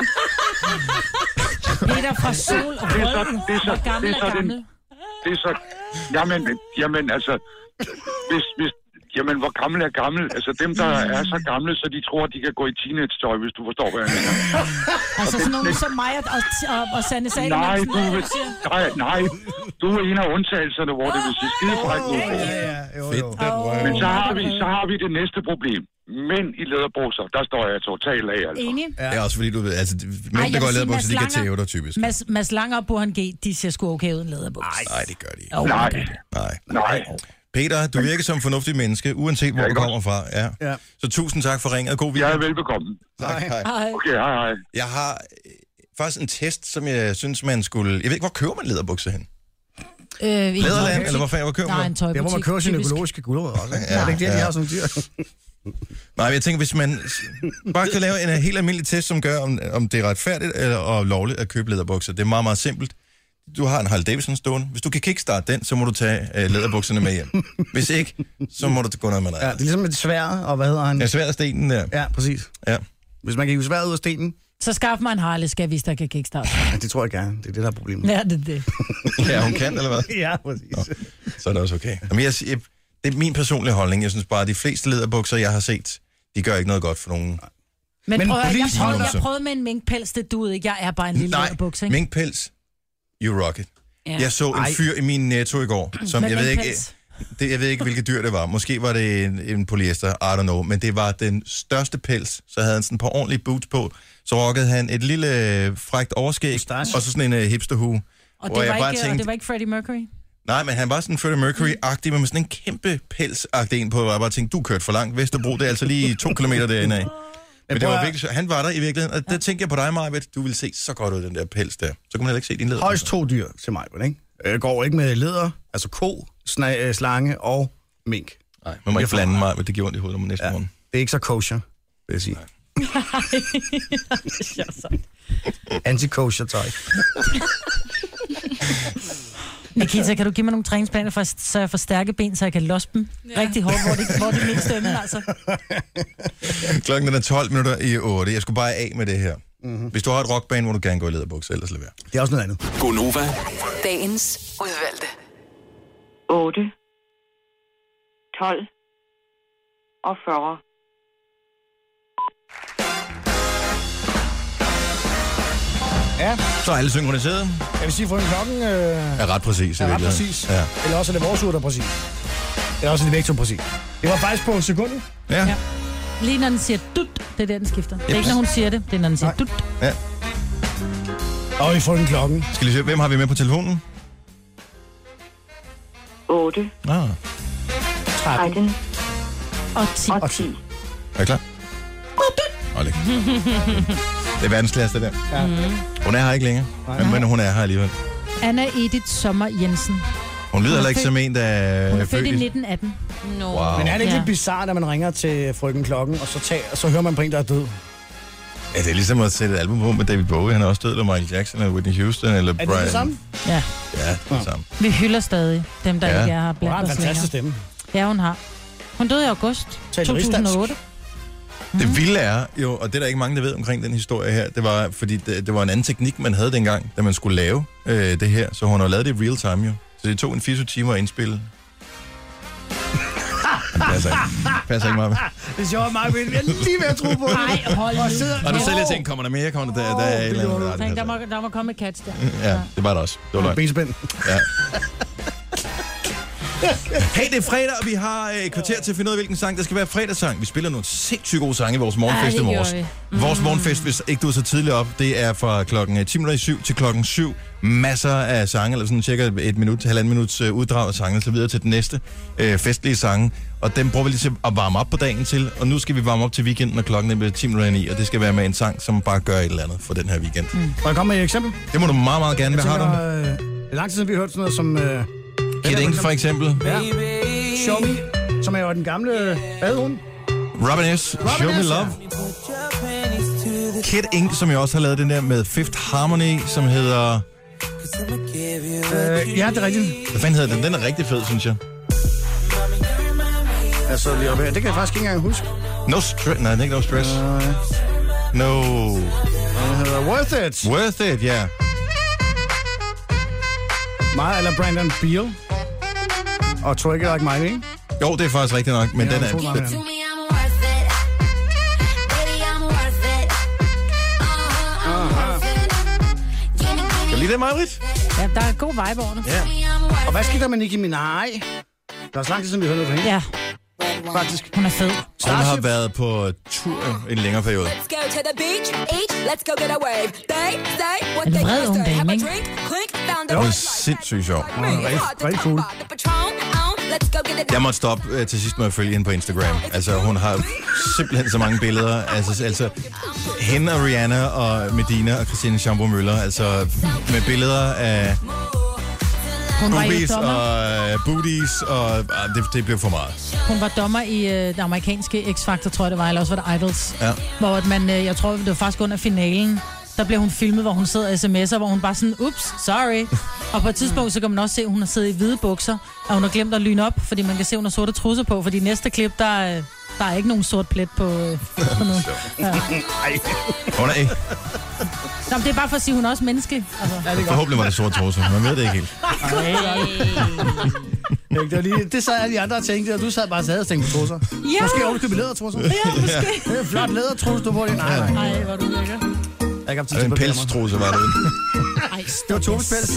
Peter fra Sol og Rød. Hvor gammel er gammel?
Det er så... Jamen, altså... Jamen, hvor gammel er gammel? Altså, dem, der er så gamle, så de tror, at de kan gå i teenage-tøj, hvis du forstår, hvad jeg mener.
Altså, sådan nogen som mig og Sanne Sagen.
Nej, du er en af undtagelserne, hvor det vil sige skidefrækt ud. Men så har vi det næste problem. Mænd i læderbukser, der står jeg totalt af, altså.
Enig?
Ja, også fordi du ved, altså, mænd, der går i læderbukser, de kan tæve dig typisk.
Mads Langer og Burhan G, de ser sgu okay ud i en læderbuks.
Nej, det gør de ikke.
Nej.
Peter, du virker som en fornuftig menneske, uanset hvor du kommer fra. Ja. Så tusind tak for ringet. God weekend.
Jeg er velbekomme.
Tak,
hej.
Okay, hej.
Jeg har faktisk en test, som jeg synes, man skulle... Jeg ved ikke, hvor køber man læderbukser hen? Læderland, eller hvor køber man?
Nej, en tøjbutik.
Det hvor man køber sine økologiske gulerødder også. Ja, det er ikke det, de har som dyr.
Nej, jeg tænker, hvis man bare kan lave en helt almindelig test, som gør, om det er retfærdigt eller lovligt at købe læderbukser. Det er meget, meget simpelt. du har en Harley Davidson stående. Hvis du kan kickstarte den, så må du tage læderbukserne med hjem. Hvis ikke, så må du gå noget med noget.
Ja, det er ligesom et sværd, og hvad hedder han?
Ja, sværd af stenen der.
Ja, præcis.
Ja.
Hvis man kan hive sværet ud af stenen.
Så skaff mig en Harley, skal jeg vise, der kan kickstarte.
Ja, det tror jeg gerne. Det er det, der er problemet.
Ja, det er det.
Ja, hun kan, eller hvad?
Ja, præcis.
Nå, så er det også okay. Jamen, det er min personlige holdning. Jeg synes bare, at de fleste læderbukser, jeg har set, de gør ikke noget godt for nogen.
Men prøv, jeg prøvede med en minkpels, det duede ikke. Jeg er bare en lille læderbukse, ikke?
Minkpels, you rock it.
Ja.
Jeg så en fyr i min Netto i går, som jeg ved ikke, hvilket dyr det var. Måske var det en polyester, I don't know. Men det var den største pels. Så havde han sådan et par ordentlige boots på. Så rockede han et lille frækt overskæg, og så sådan en hipsterhue.
Og det var ikke Freddie Mercury?
Nej, men han var sådan Freddie Mercury-agtig, men med sådan en kæmpe pels-agtig en på, hvor jeg bare tænkte, du kørte for langt. Vesterbro, det er altså lige 2 kilometer derinde af. Men det var virkelig, han var der i virkeligheden, og der tænkte jeg på dig, Maj-Brit. Du ville se så godt ud, den der pels der. Så kan man heller ikke se din læder.
Højst 2 dyr til mig, ikke? Går ikke med læder, altså ko, slange og mink.
Nej, man må ikke blande mig, men det giver ondt i hovedet om næste morgen.
Det er ikke så kosher, vil jeg sige. Anti-kosher tøj.
Nikita, kan du give mig nogle træningsplaner, så jeg får stærke ben, så jeg kan losse dem rigtig hårdt, hvor det er mindst stemme, altså?
Klokken er 12 minutter i 8. Jeg skulle bare af med det her. Mm-hmm. Hvis du har et rockband, må du gerne gå i læderbukser, ellers lad være.
Det er også noget andet.
Gonova.
Dagens udvalgte.
8, 12 og 40.
Ja.
Så er alle synkroniseret.
Jeg vil sige, at klokken
er ret præcis.
Er ret præcis. Ja. Eller også er det vores ur, der er præcis. Eller også er det væk, som præcis. Det var faktisk på sekundet.
Ja.
Lige når den siger dut, det er der, den skifter. Det er ikke, når hun siger det, det er, når den siger dut.
Ja.
Og i får klokken.
Skal vi se, hvem har vi med på telefonen?
8. 13.
Og 10.
Og 10.
Er I klar? Det er verdensklasse, det der. Ja. Hun er her ikke længere, men hun er her alligevel.
Anna Edith Sommer Jensen.
Hun lyder heller ikke som en, der er
Hun er født i 1918.
No. Wow. Men er det ikke lidt bizarrt, når man ringer til frøken Klokken, og så hører man på en, der er død?
Ja, det er ligesom at sætte et album på med David Bowie. Han er også død, eller Michael Jackson, eller Whitney Houston, eller Brian.
Er det det samme?
Ja.
Ja, det er det samme.
Vi hylder stadig dem, der ikke er her.
Hun har en fantastisk stemme.
Ja, hun har. Hun døde i august 2008.
Det vilde er jo, og det er der ikke mange, der ved omkring den historie her, det var, fordi det var en anden teknik, man havde dengang, da man skulle lave det her. Så hun har lavet det i real time jo. Så det tog en 24 timer at indspille. Det passer ikke meget med.
Det er sjovt, Mark. Jeg er lige ved at tro på det.
Nej, hold nu.
Og du selv jeg tænkte, kommer der mere? Kommer der er et eller andet?
Der må komme et catch der.
Ja, det var der også. Det var løgn.
Benspænd.
Ja. Hey, det er fredag, og vi har et kvarter til at finde ud af, hvilken sang der skal være fredagssang. Vi spiller nogle sindssygt gode sange i vores morgenfest i morges. Vores morgenfest, hvis ikke du er så tidligt op, det er fra klokken 10:07 til klokken 7. Masser af sange, eller sådan cirka halvanden minuts uddrag af sange, så videre til den næste festlige sange. Og dem bruger vi lige til at varme op på dagen til. Og nu skal vi varme op til weekenden, når klokken er 10:09, og det skal være med en sang, som bare gør et eller andet for den her weekend.
Må jeg komme med et eksempel?
Det må du meget, meget gerne. Hvad har du?
Det er lang tid siden, vi har hørt sådan noget som...
Kid Ink for eksempel.
Ja. Show Me, som er jo den gamle badehund.
Robin S. Show Me Love. Kid Ink, som jeg også har lavet den der med Fifth Harmony, som hedder...
Ja, det er rigtigt.
Hvad fanden hedder den? Den er rigtig fed, synes jeg.
Altså, lige oppe her. Det kan jeg faktisk ikke engang huske.
No Stress. Nej, det er ikke No Stress. No...
Worth It.
Worth It, ja.
Mig eller Brandon Beal. Og Twerk It Like Mine, ikke?
Jo, det er faktisk rigtigt nok, men den er... Kan du lide det, Maj-Brit?
Ja, der er god vibe over det.
Ja.
Og hvad sker der med Nicki Minaj? Der er så lang tid, siden vi hørte det, ikke?
Ja.
Faktisk.
Hun er fed.
Hun har været på tur en længere periode.
Er det vred unge dame, ikke?
Hun er sindssygt sjov.
Rigtig cool.
Jeg måtte stoppe til sidst med at følge hende på Instagram. Altså, hun har simpelthen så mange billeder. Altså hende og Rihanna og Medina og Christine Schamburg Møller. Altså, med billeder af... boobies og booties, og det blev for meget.
Hun var dommer i det amerikanske X-Factor, tror jeg det var, eller også var det Idols.
Ja.
Hvor man, jeg tror, det var faktisk under finalen, der bliver hun filmet, hvor hun sidder og sms'er, hvor hun bare sådan, ups, sorry. Og på et tidspunkt, så kan man også se, at hun har siddet i hvide bukser, og hun har glemt at lyne op, fordi man kan se, at hun har sorte trusser på, fordi næste klip, der er ikke nogen sort plet på noget. Ja.
Hun er ikke.
Nå, det er bare for at sige, at hun er også menneskelig. Altså.
Ja, det
forhåbentlig var det sorte trusser, man ved det ikke helt.
Det sad alle de andre og tænkte, og du sad bare og tænkte på trusser.
Ja.
Måske ovenikøbet lædertrusser.
Ja, måske.
Det er flot lædertrusser, du på det. Nej.
Nej, hvor du lækker.
Jeg kan
en pelstrusse var det.
Ej,
det var Toves pels.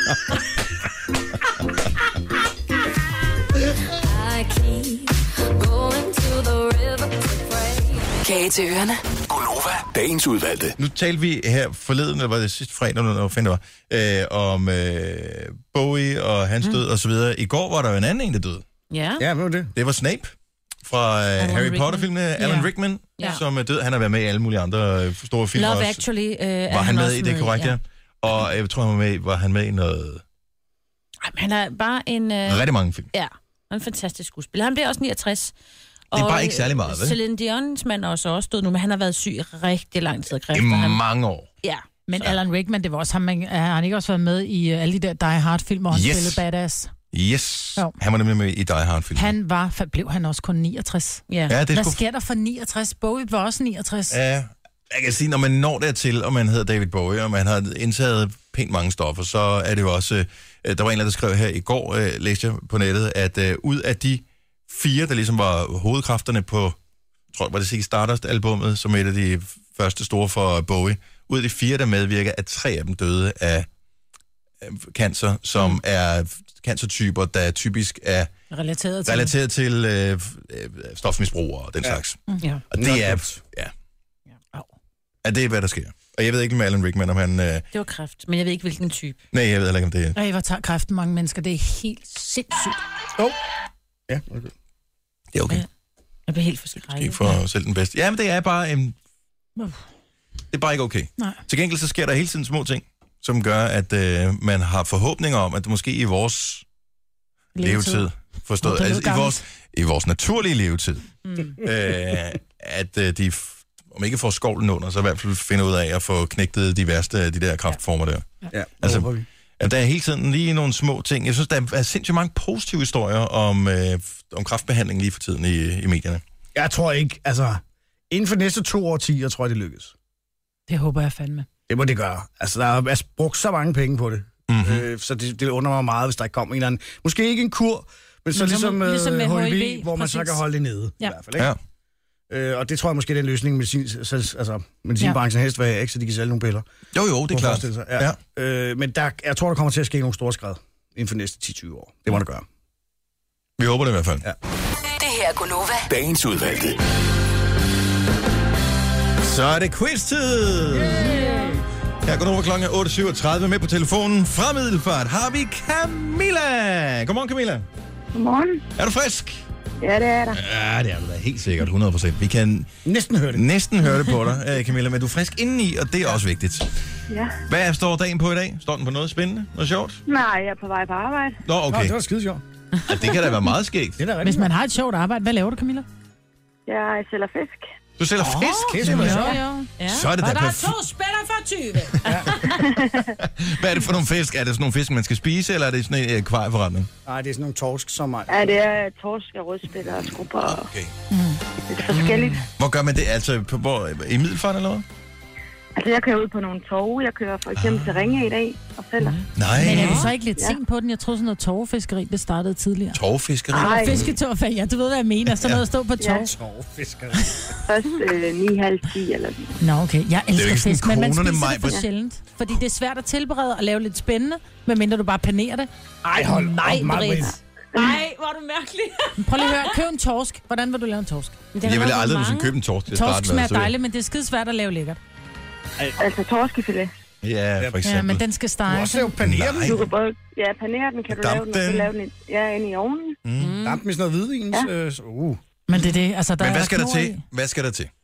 Kage til ørerne.
Gonova, dagens udvalgte.
Nu talte vi her forleden, eller var det sidste fredag, om Bowie og hans død og så videre. I går var der jo en anden en, der døde.
Ja.
Ja, hvad var det?
Det var Snape fra Harry Potter-filmene. Alan Rickman, som er død. Han har været med i alle mulige andre store film.
Love
også.
Actually.
Var han med i det, korrekt, ja. Og jeg tror, var han med i noget...
Han er bare en...
Rigtig mange film.
Ja, en fantastisk skuespiller. Han bliver også 69.
Det er bare ikke særlig meget, vel?
Celine Dion's mand er også død nu, men han har været syg i rigtig lang tid af kræft.
I mange år.
Ja.
Men Alan Rickman, det var også ham, har han ikke også været med i alle de der Die Hard-filmer, og han spillede badass?
Yes, han var nemlig med i Die Hard-filmen.
Blev han også kun 69?
Ja.
Hvad sker der for 69? Bowie var også 69.
Ja, jeg kan sige, når man når dertil, og man hedder David Bowie, og man har indtaget pænt mange stoffer, så er det jo også... Der var en, der skrev her i går, læste jeg på nettet, at ud af de 4, der ligesom var hovedkræfterne på, tror jeg, var det Ziggy Stardust-albummet, som et af de første store for Bowie, ud af de 4, der medvirker, at 3 af dem døde af cancer, som er cancertyper, der typisk er relateret til stofmisbrugere og den slags.
Ja.
Og det er... Ja, det er, hvad der sker. Og jeg ved ikke med Alan Rickman, om han...
Det var kræft, men jeg ved ikke, hvilken type.
Nej, jeg ved heller ikke, om det er...
Nej, hvor tager kræften mange mennesker. Det er helt sindssygt.
Ja, okay.
Det er okay.
Jeg bliver helt forskrækket.
Ikke for selv den bedste. Ja, men det er bare... Det er bare ikke okay.
Nej.
Til gengæld så sker der hele tiden små ting, som gør, at man har forhåbninger om, at det måske i vores levetid forstået, altså i vores naturlige levetid, at de... om ikke får skovlen under, så i hvert fald finder ud af at få knægtet de værste af de der kræftformer der.
Ja,
altså, der er hele tiden lige nogle små ting. Jeg synes, der er sindssygt mange positive historier om kræftbehandling lige for tiden i medierne.
Jeg tror ikke, altså, inden for de næste 2 årtier, tror jeg, det lykkes.
Det håber jeg fandme.
Det må det gøre. Altså, der er brugt så mange penge på det. Mm-hmm. Så det undrer mig meget, hvis der ikke kommer en eller anden... Måske ikke en kur, men så ligesom med HIV, hvor man så kan holde det nede.
Ja.
I hvert fald, ikke? Ja. Og det tror jeg måske er den løsning, medicinbranchen helst vil have, ikke, så de kan sælge nogle piller.
Jo, det er klart.
Ja. Men jeg tror, der kommer til at ske nogle store skred inden for de næste 10-20 år. Det må der gøre.
Vi håber det i hvert fald.
Ja. Det her er Gonova.
Dagens udvalgte.
Så er det quiz-tid! Her går over klokken 8.37 med på telefonen. Fra Middelfart har vi Camilla. Godmorgen, Camilla.
Godmorgen.
Er du frisk?
Ja, det er der.
Ja, det er du da helt sikkert, 100%. Vi kan
næsten
høre det på dig, Camilla, men du er frisk indeni, og det er også vigtigt.
Ja.
Hvad står dagen på i dag? Står den på noget spændende? Noget sjovt?
Nej, jeg er på vej på arbejde.
Nå, okay.
Nå, det var skide sjovt.
Ja, det kan da være meget skægt.
Hvis man har et sjovt arbejde, hvad laver du, Camilla?
Jeg sælger fisk.
Du sælger fisk?
Ja.
Så er det da
der er 2 spænder for 20.
Hvad er det for nogle fisk? Er det sådan nogle fisk, man skal spise, eller er det sådan en akvarieforretning?
Nej, det er sådan nogle torsk, som er...
Ja, det er torsk og rødspætter og skrubber.
Okay.
Det er forskelligt.
Hvor gør man det? Altså, i Middelfart eller hvad?
Altså, jeg kører ud på nogle torve. Jeg kører for eksempel til Ringe i dag og sælger.
Nej.
Men er du så ikke lidt sent på den? Jeg troede sådan noget torvefiskeri, det startede tidligere.
Torvefiskeri?
Fisketorv, ja, du ved, hvad jeg mener. Sådan noget at stå på torv.
Torvefiskeri.
Først 9:30 eller sådan.
Nå, okay. Jeg elsker fisk, men man spiser
mig,
det for sjældent. Fordi det er svært at tilberede og lave lidt spændende, medmindre du bare panerer det.
Ej, hold op,
Nej, hvor er du mærkelig.
Prøv lige at høre. Køb en torsk. Hvordan vil du lave en torsk?
Jeg vil aldrig købe en torsk til at starte med.
Torsk smager dejligt, men det er skidesvært at lave lækkert.
Altså torskefilet.
Ja, for eksempel.
Ja, men den skal stege.
Du også panere den.
Du kan både panere den, kan du lave den, og så lave den inde i ovnen.
Damp med sådan noget hvidvin.
Men det er det, altså der
men hvad
er
skal der
knor
til?
i.
Hvad skal der til?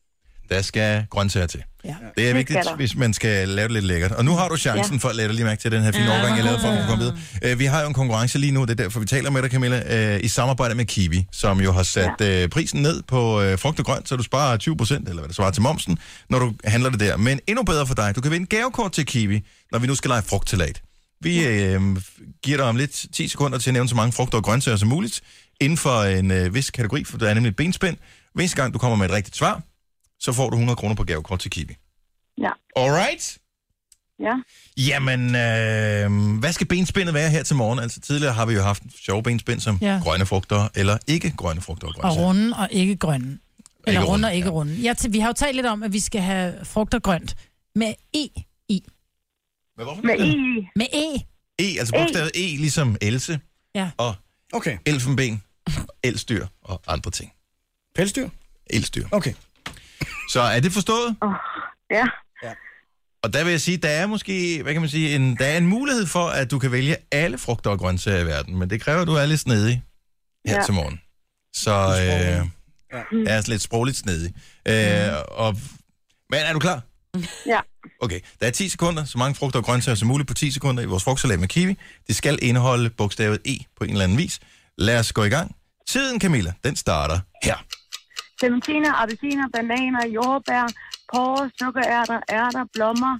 Der skal grøntsager til.
Ja.
Det er vigtigt, hvis man skal lave det lidt lækkert. Og nu har du chancen for at lade dig lige mærke til den her fine overgang, jeg lavede for at komme videre. Vi har jo en konkurrence lige nu, det er derfor, vi taler med dig, Camilla, i samarbejde med Kiwi, som jo har sat prisen ned på frugt og grønt, så du sparer 20%, eller hvad det svarer til momsen, når du handler det der. Men endnu bedre for dig, du kan vinde gavekort til Kiwi, når vi nu skal lege frugtsalat. Vi giver dig om lidt 10 sekunder til at nævne så mange frugter og grøntsager som muligt, inden for en vis kategori, for der er nemlig et benspænd. Hver gang du kommer med et rigtigt svar, så får du 100 kroner på gavekort til Kiwi.
Ja.
Alright?
Ja.
Jamen, hvad skal benspændet være her til morgen? Altså tidligere har vi jo haft sjove benspænd som grønne frugter, eller ikke grønne frugter og grøntsager.
Og runde og ikke grønne. Eller runde og ikke runde. Vi har jo talt lidt om, at vi skal have frugt og grønt med E i.
Med E.
Med E.
E, altså bogstavet E, ligesom Else.
Ja.
Og elfenben, elsdyr og andre ting.
Pelsdyr?
Elsdyr.
Okay.
Så er det forstået?
Ja.
Og der vil jeg sige, der er måske, hvad kan man sige, der er en mulighed for, at du kan vælge alle frugter og grøntsager i verden, men det kræver, at du er lidt snedig her til morgen. Så er lidt sprogligt snedig. Men er du klar?
Ja.
Okay, der er 10 sekunder, så mange frugter og grøntsager som muligt på 10 sekunder i vores frugtsalat med Kiwi. Det skal indeholde bogstavet E på en eller anden vis. Lad os gå i gang. Tiden, Camilla, den starter her.
Clementiner, appelsiner, bananer, jordbær, porre, sukkerærter, ærter, blommer.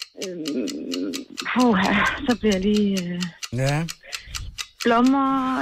Så bliver jeg lige...
Ja.
Blommer...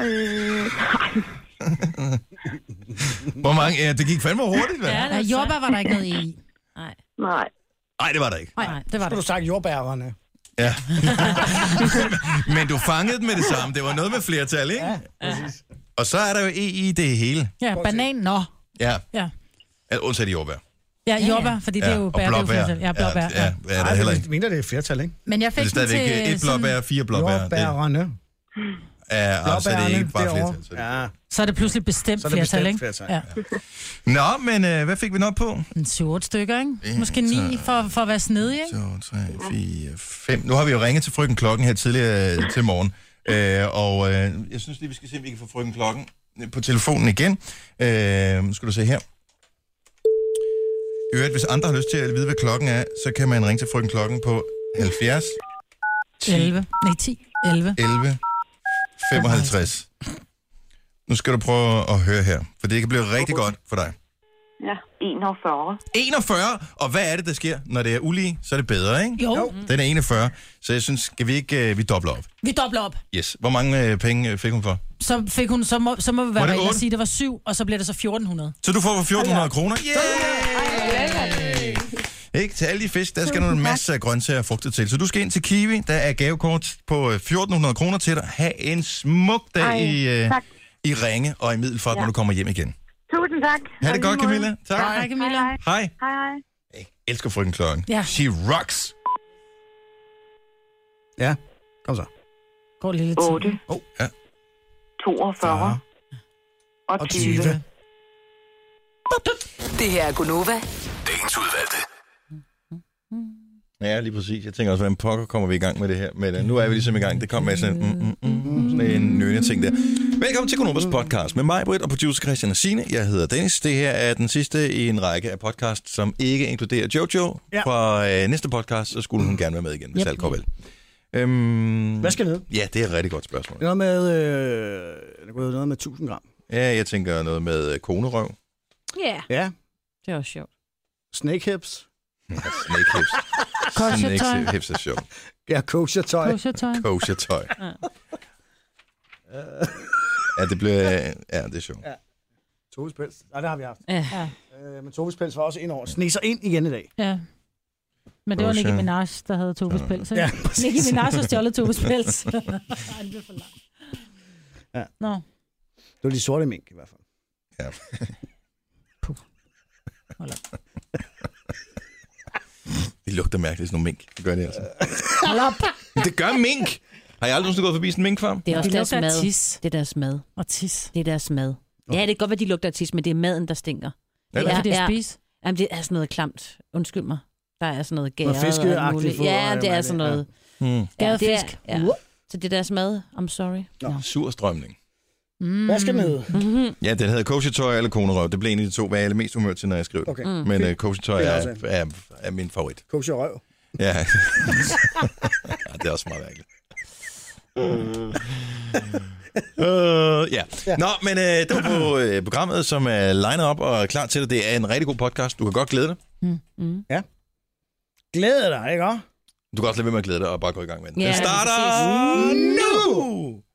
Hvor mange? Ja, det gik fandme hurtigt, hvad?
Ja, jordbær var der ikke noget i.
Nej.
Nej, det var der ikke.
Nej, det var
der. Skulle du sagt jordbærerne?
Ja. Men du fangede den med det samme. Det var noget med flertal, ikke?
Ja, præcis.
Og så er der jo E i det hele.
Ja, banan,
Ja.
Ja.
Undtaget jordbær.
Ja, jordbær, fordi det er jo bær.
Og blåbær.
Ja, blåbær.
Ja, der er heller ikke.
Mindre det er flertal, ikke?
Men jeg fik
det er stadigvæk et blåbær, 4 blåbær.
Jordbærerne.
Ja, så er det ikke bare flertal.
Så er det pludselig bestemt flertal, ikke?
Ja.
Nå, men hvad fik vi nok på?
En 7-8 stykker, ikke? Måske 9 for at være snedig, ikke?
2, 3, 4, 5. Nu har vi jo ringet til frøken Klokken her tidligere til morgen. Og jeg synes lige, vi skal se, om vi kan få frøken Klokken på telefonen igen. Skal du se her. Hvis andre har lyst til at vide, hvad klokken er, så kan man ringe til frøken Klokken på 70 10
11.
11 55. Nu skal du prøve at høre her, for det kan blive rigtig godt for dig.
Ja, 41.
41? Og hvad er det, der sker? Når det er ulige, så er det bedre, ikke?
Jo.
Den er 41, så jeg synes, skal vi ikke vi dobler op?
Vi dobler op.
Yes. Hvor mange penge fik hun for?
Så fik hun, så må vi være rigtigt at sige, det var 7, og så bliver det så 1400.
Så du får for 1400 kroner? Ikke? Til alle de fisk, der skal nogle masser af grøntsager og frugter til. Så du skal ind til Kiwi, der er gavekort på 1400 kroner til dig. Ha' en smuk dag i Ringe og i Middelfart, når du kommer hjem igen.
Tusind tak.
Ha' det godt, Camilla. Tak.
Hej, Camilla.
Hej.
Hej.
Jeg elsker frøken Klokken.
Ja.
She rocks.
Ja, kom så.
Går lille tid.
8.
Ja.
42. Og 20.
Det her er Gunova.
Dagens udvalgte.
Ja, lige præcis. Jeg tænker også, hvordan pokker kommer vi i gang med det her. Men nu er vi ligesom i gang. Det kommer med sådan en nøgne ting der. Velkommen til Gunovas podcast med mig, Britt, og producer Christian og Signe. Jeg hedder Dennis. Det her er den sidste i en række af podcast, som ikke inkluderer Jojo. Ja. Fra næste podcast, så skulle hun gerne være med igen, hvis alt går vel.
Hvad skal ned?
Ja, det er et rigtig godt spørgsmål.
Det er noget med 1000 gram.
Ja, jeg tænker noget med konerøv.
Ja.
Det er også sjovt.
Snake hips.
Ja, snake hips. Snake hips er sjovt.
Ja, kosher-tøj.
Kosher-tøj. Ja, det blev... Ja, det er sjovt.
Ja. Toves pels. Nej, det har vi haft.
Ja.
Men Toves pels var også ind over. Sneser ind igen i dag.
Ja. Men det var Nicki Minaj, der havde Toves pels, ikke? Ja, Nicki Minaj har stjålet Toves pels. Ej, det blev for langt.
Ja.
Nå.
Det var de sorte mink i hvert fald.
Ja.
Puh. Hold op.
Det lugter mærkeligt, sådan nogle mink. Det gør det altså.
Hold op.
Det gør mink! Har jeg aldrig nogensinde gået forbi sådan en minkfarm?
Det er også deres mad.
Tis.
Det er deres mad.
Og tis.
Det er deres mad. Ja, det kan godt være, de lugter af tis, men det er maden, der stinker.
Det er det at spise?
Jamen, det er sådan noget klamt. Undskyld mig. Der er sådan noget gæret.
Noget fiskeagtigt.
Ja, det er sådan noget.
Gæret fisk.
Ja. Så det er deres mad. I'm sorry.
Surstrømning.
Hvad skal den hedde?
Ja, den hedder koshertøj eller konerøv. Det bliver en af de to, hvad jeg er mest humør til, når jeg skriver
okay.
Men koshertøj er min favorit.
Kosherrøv.
Ja. Ja, det er også meget mærkeligt. Ja. Nå, men det var på programmet, som er lined op og er klar til det. Det er en rigtig god podcast. Du kan godt glæde dig.
Ja. Glæde dig, ikke også?
Du kan også lade være med at glæde dig og bare gå i gang med den.
Ja,
den starter nu!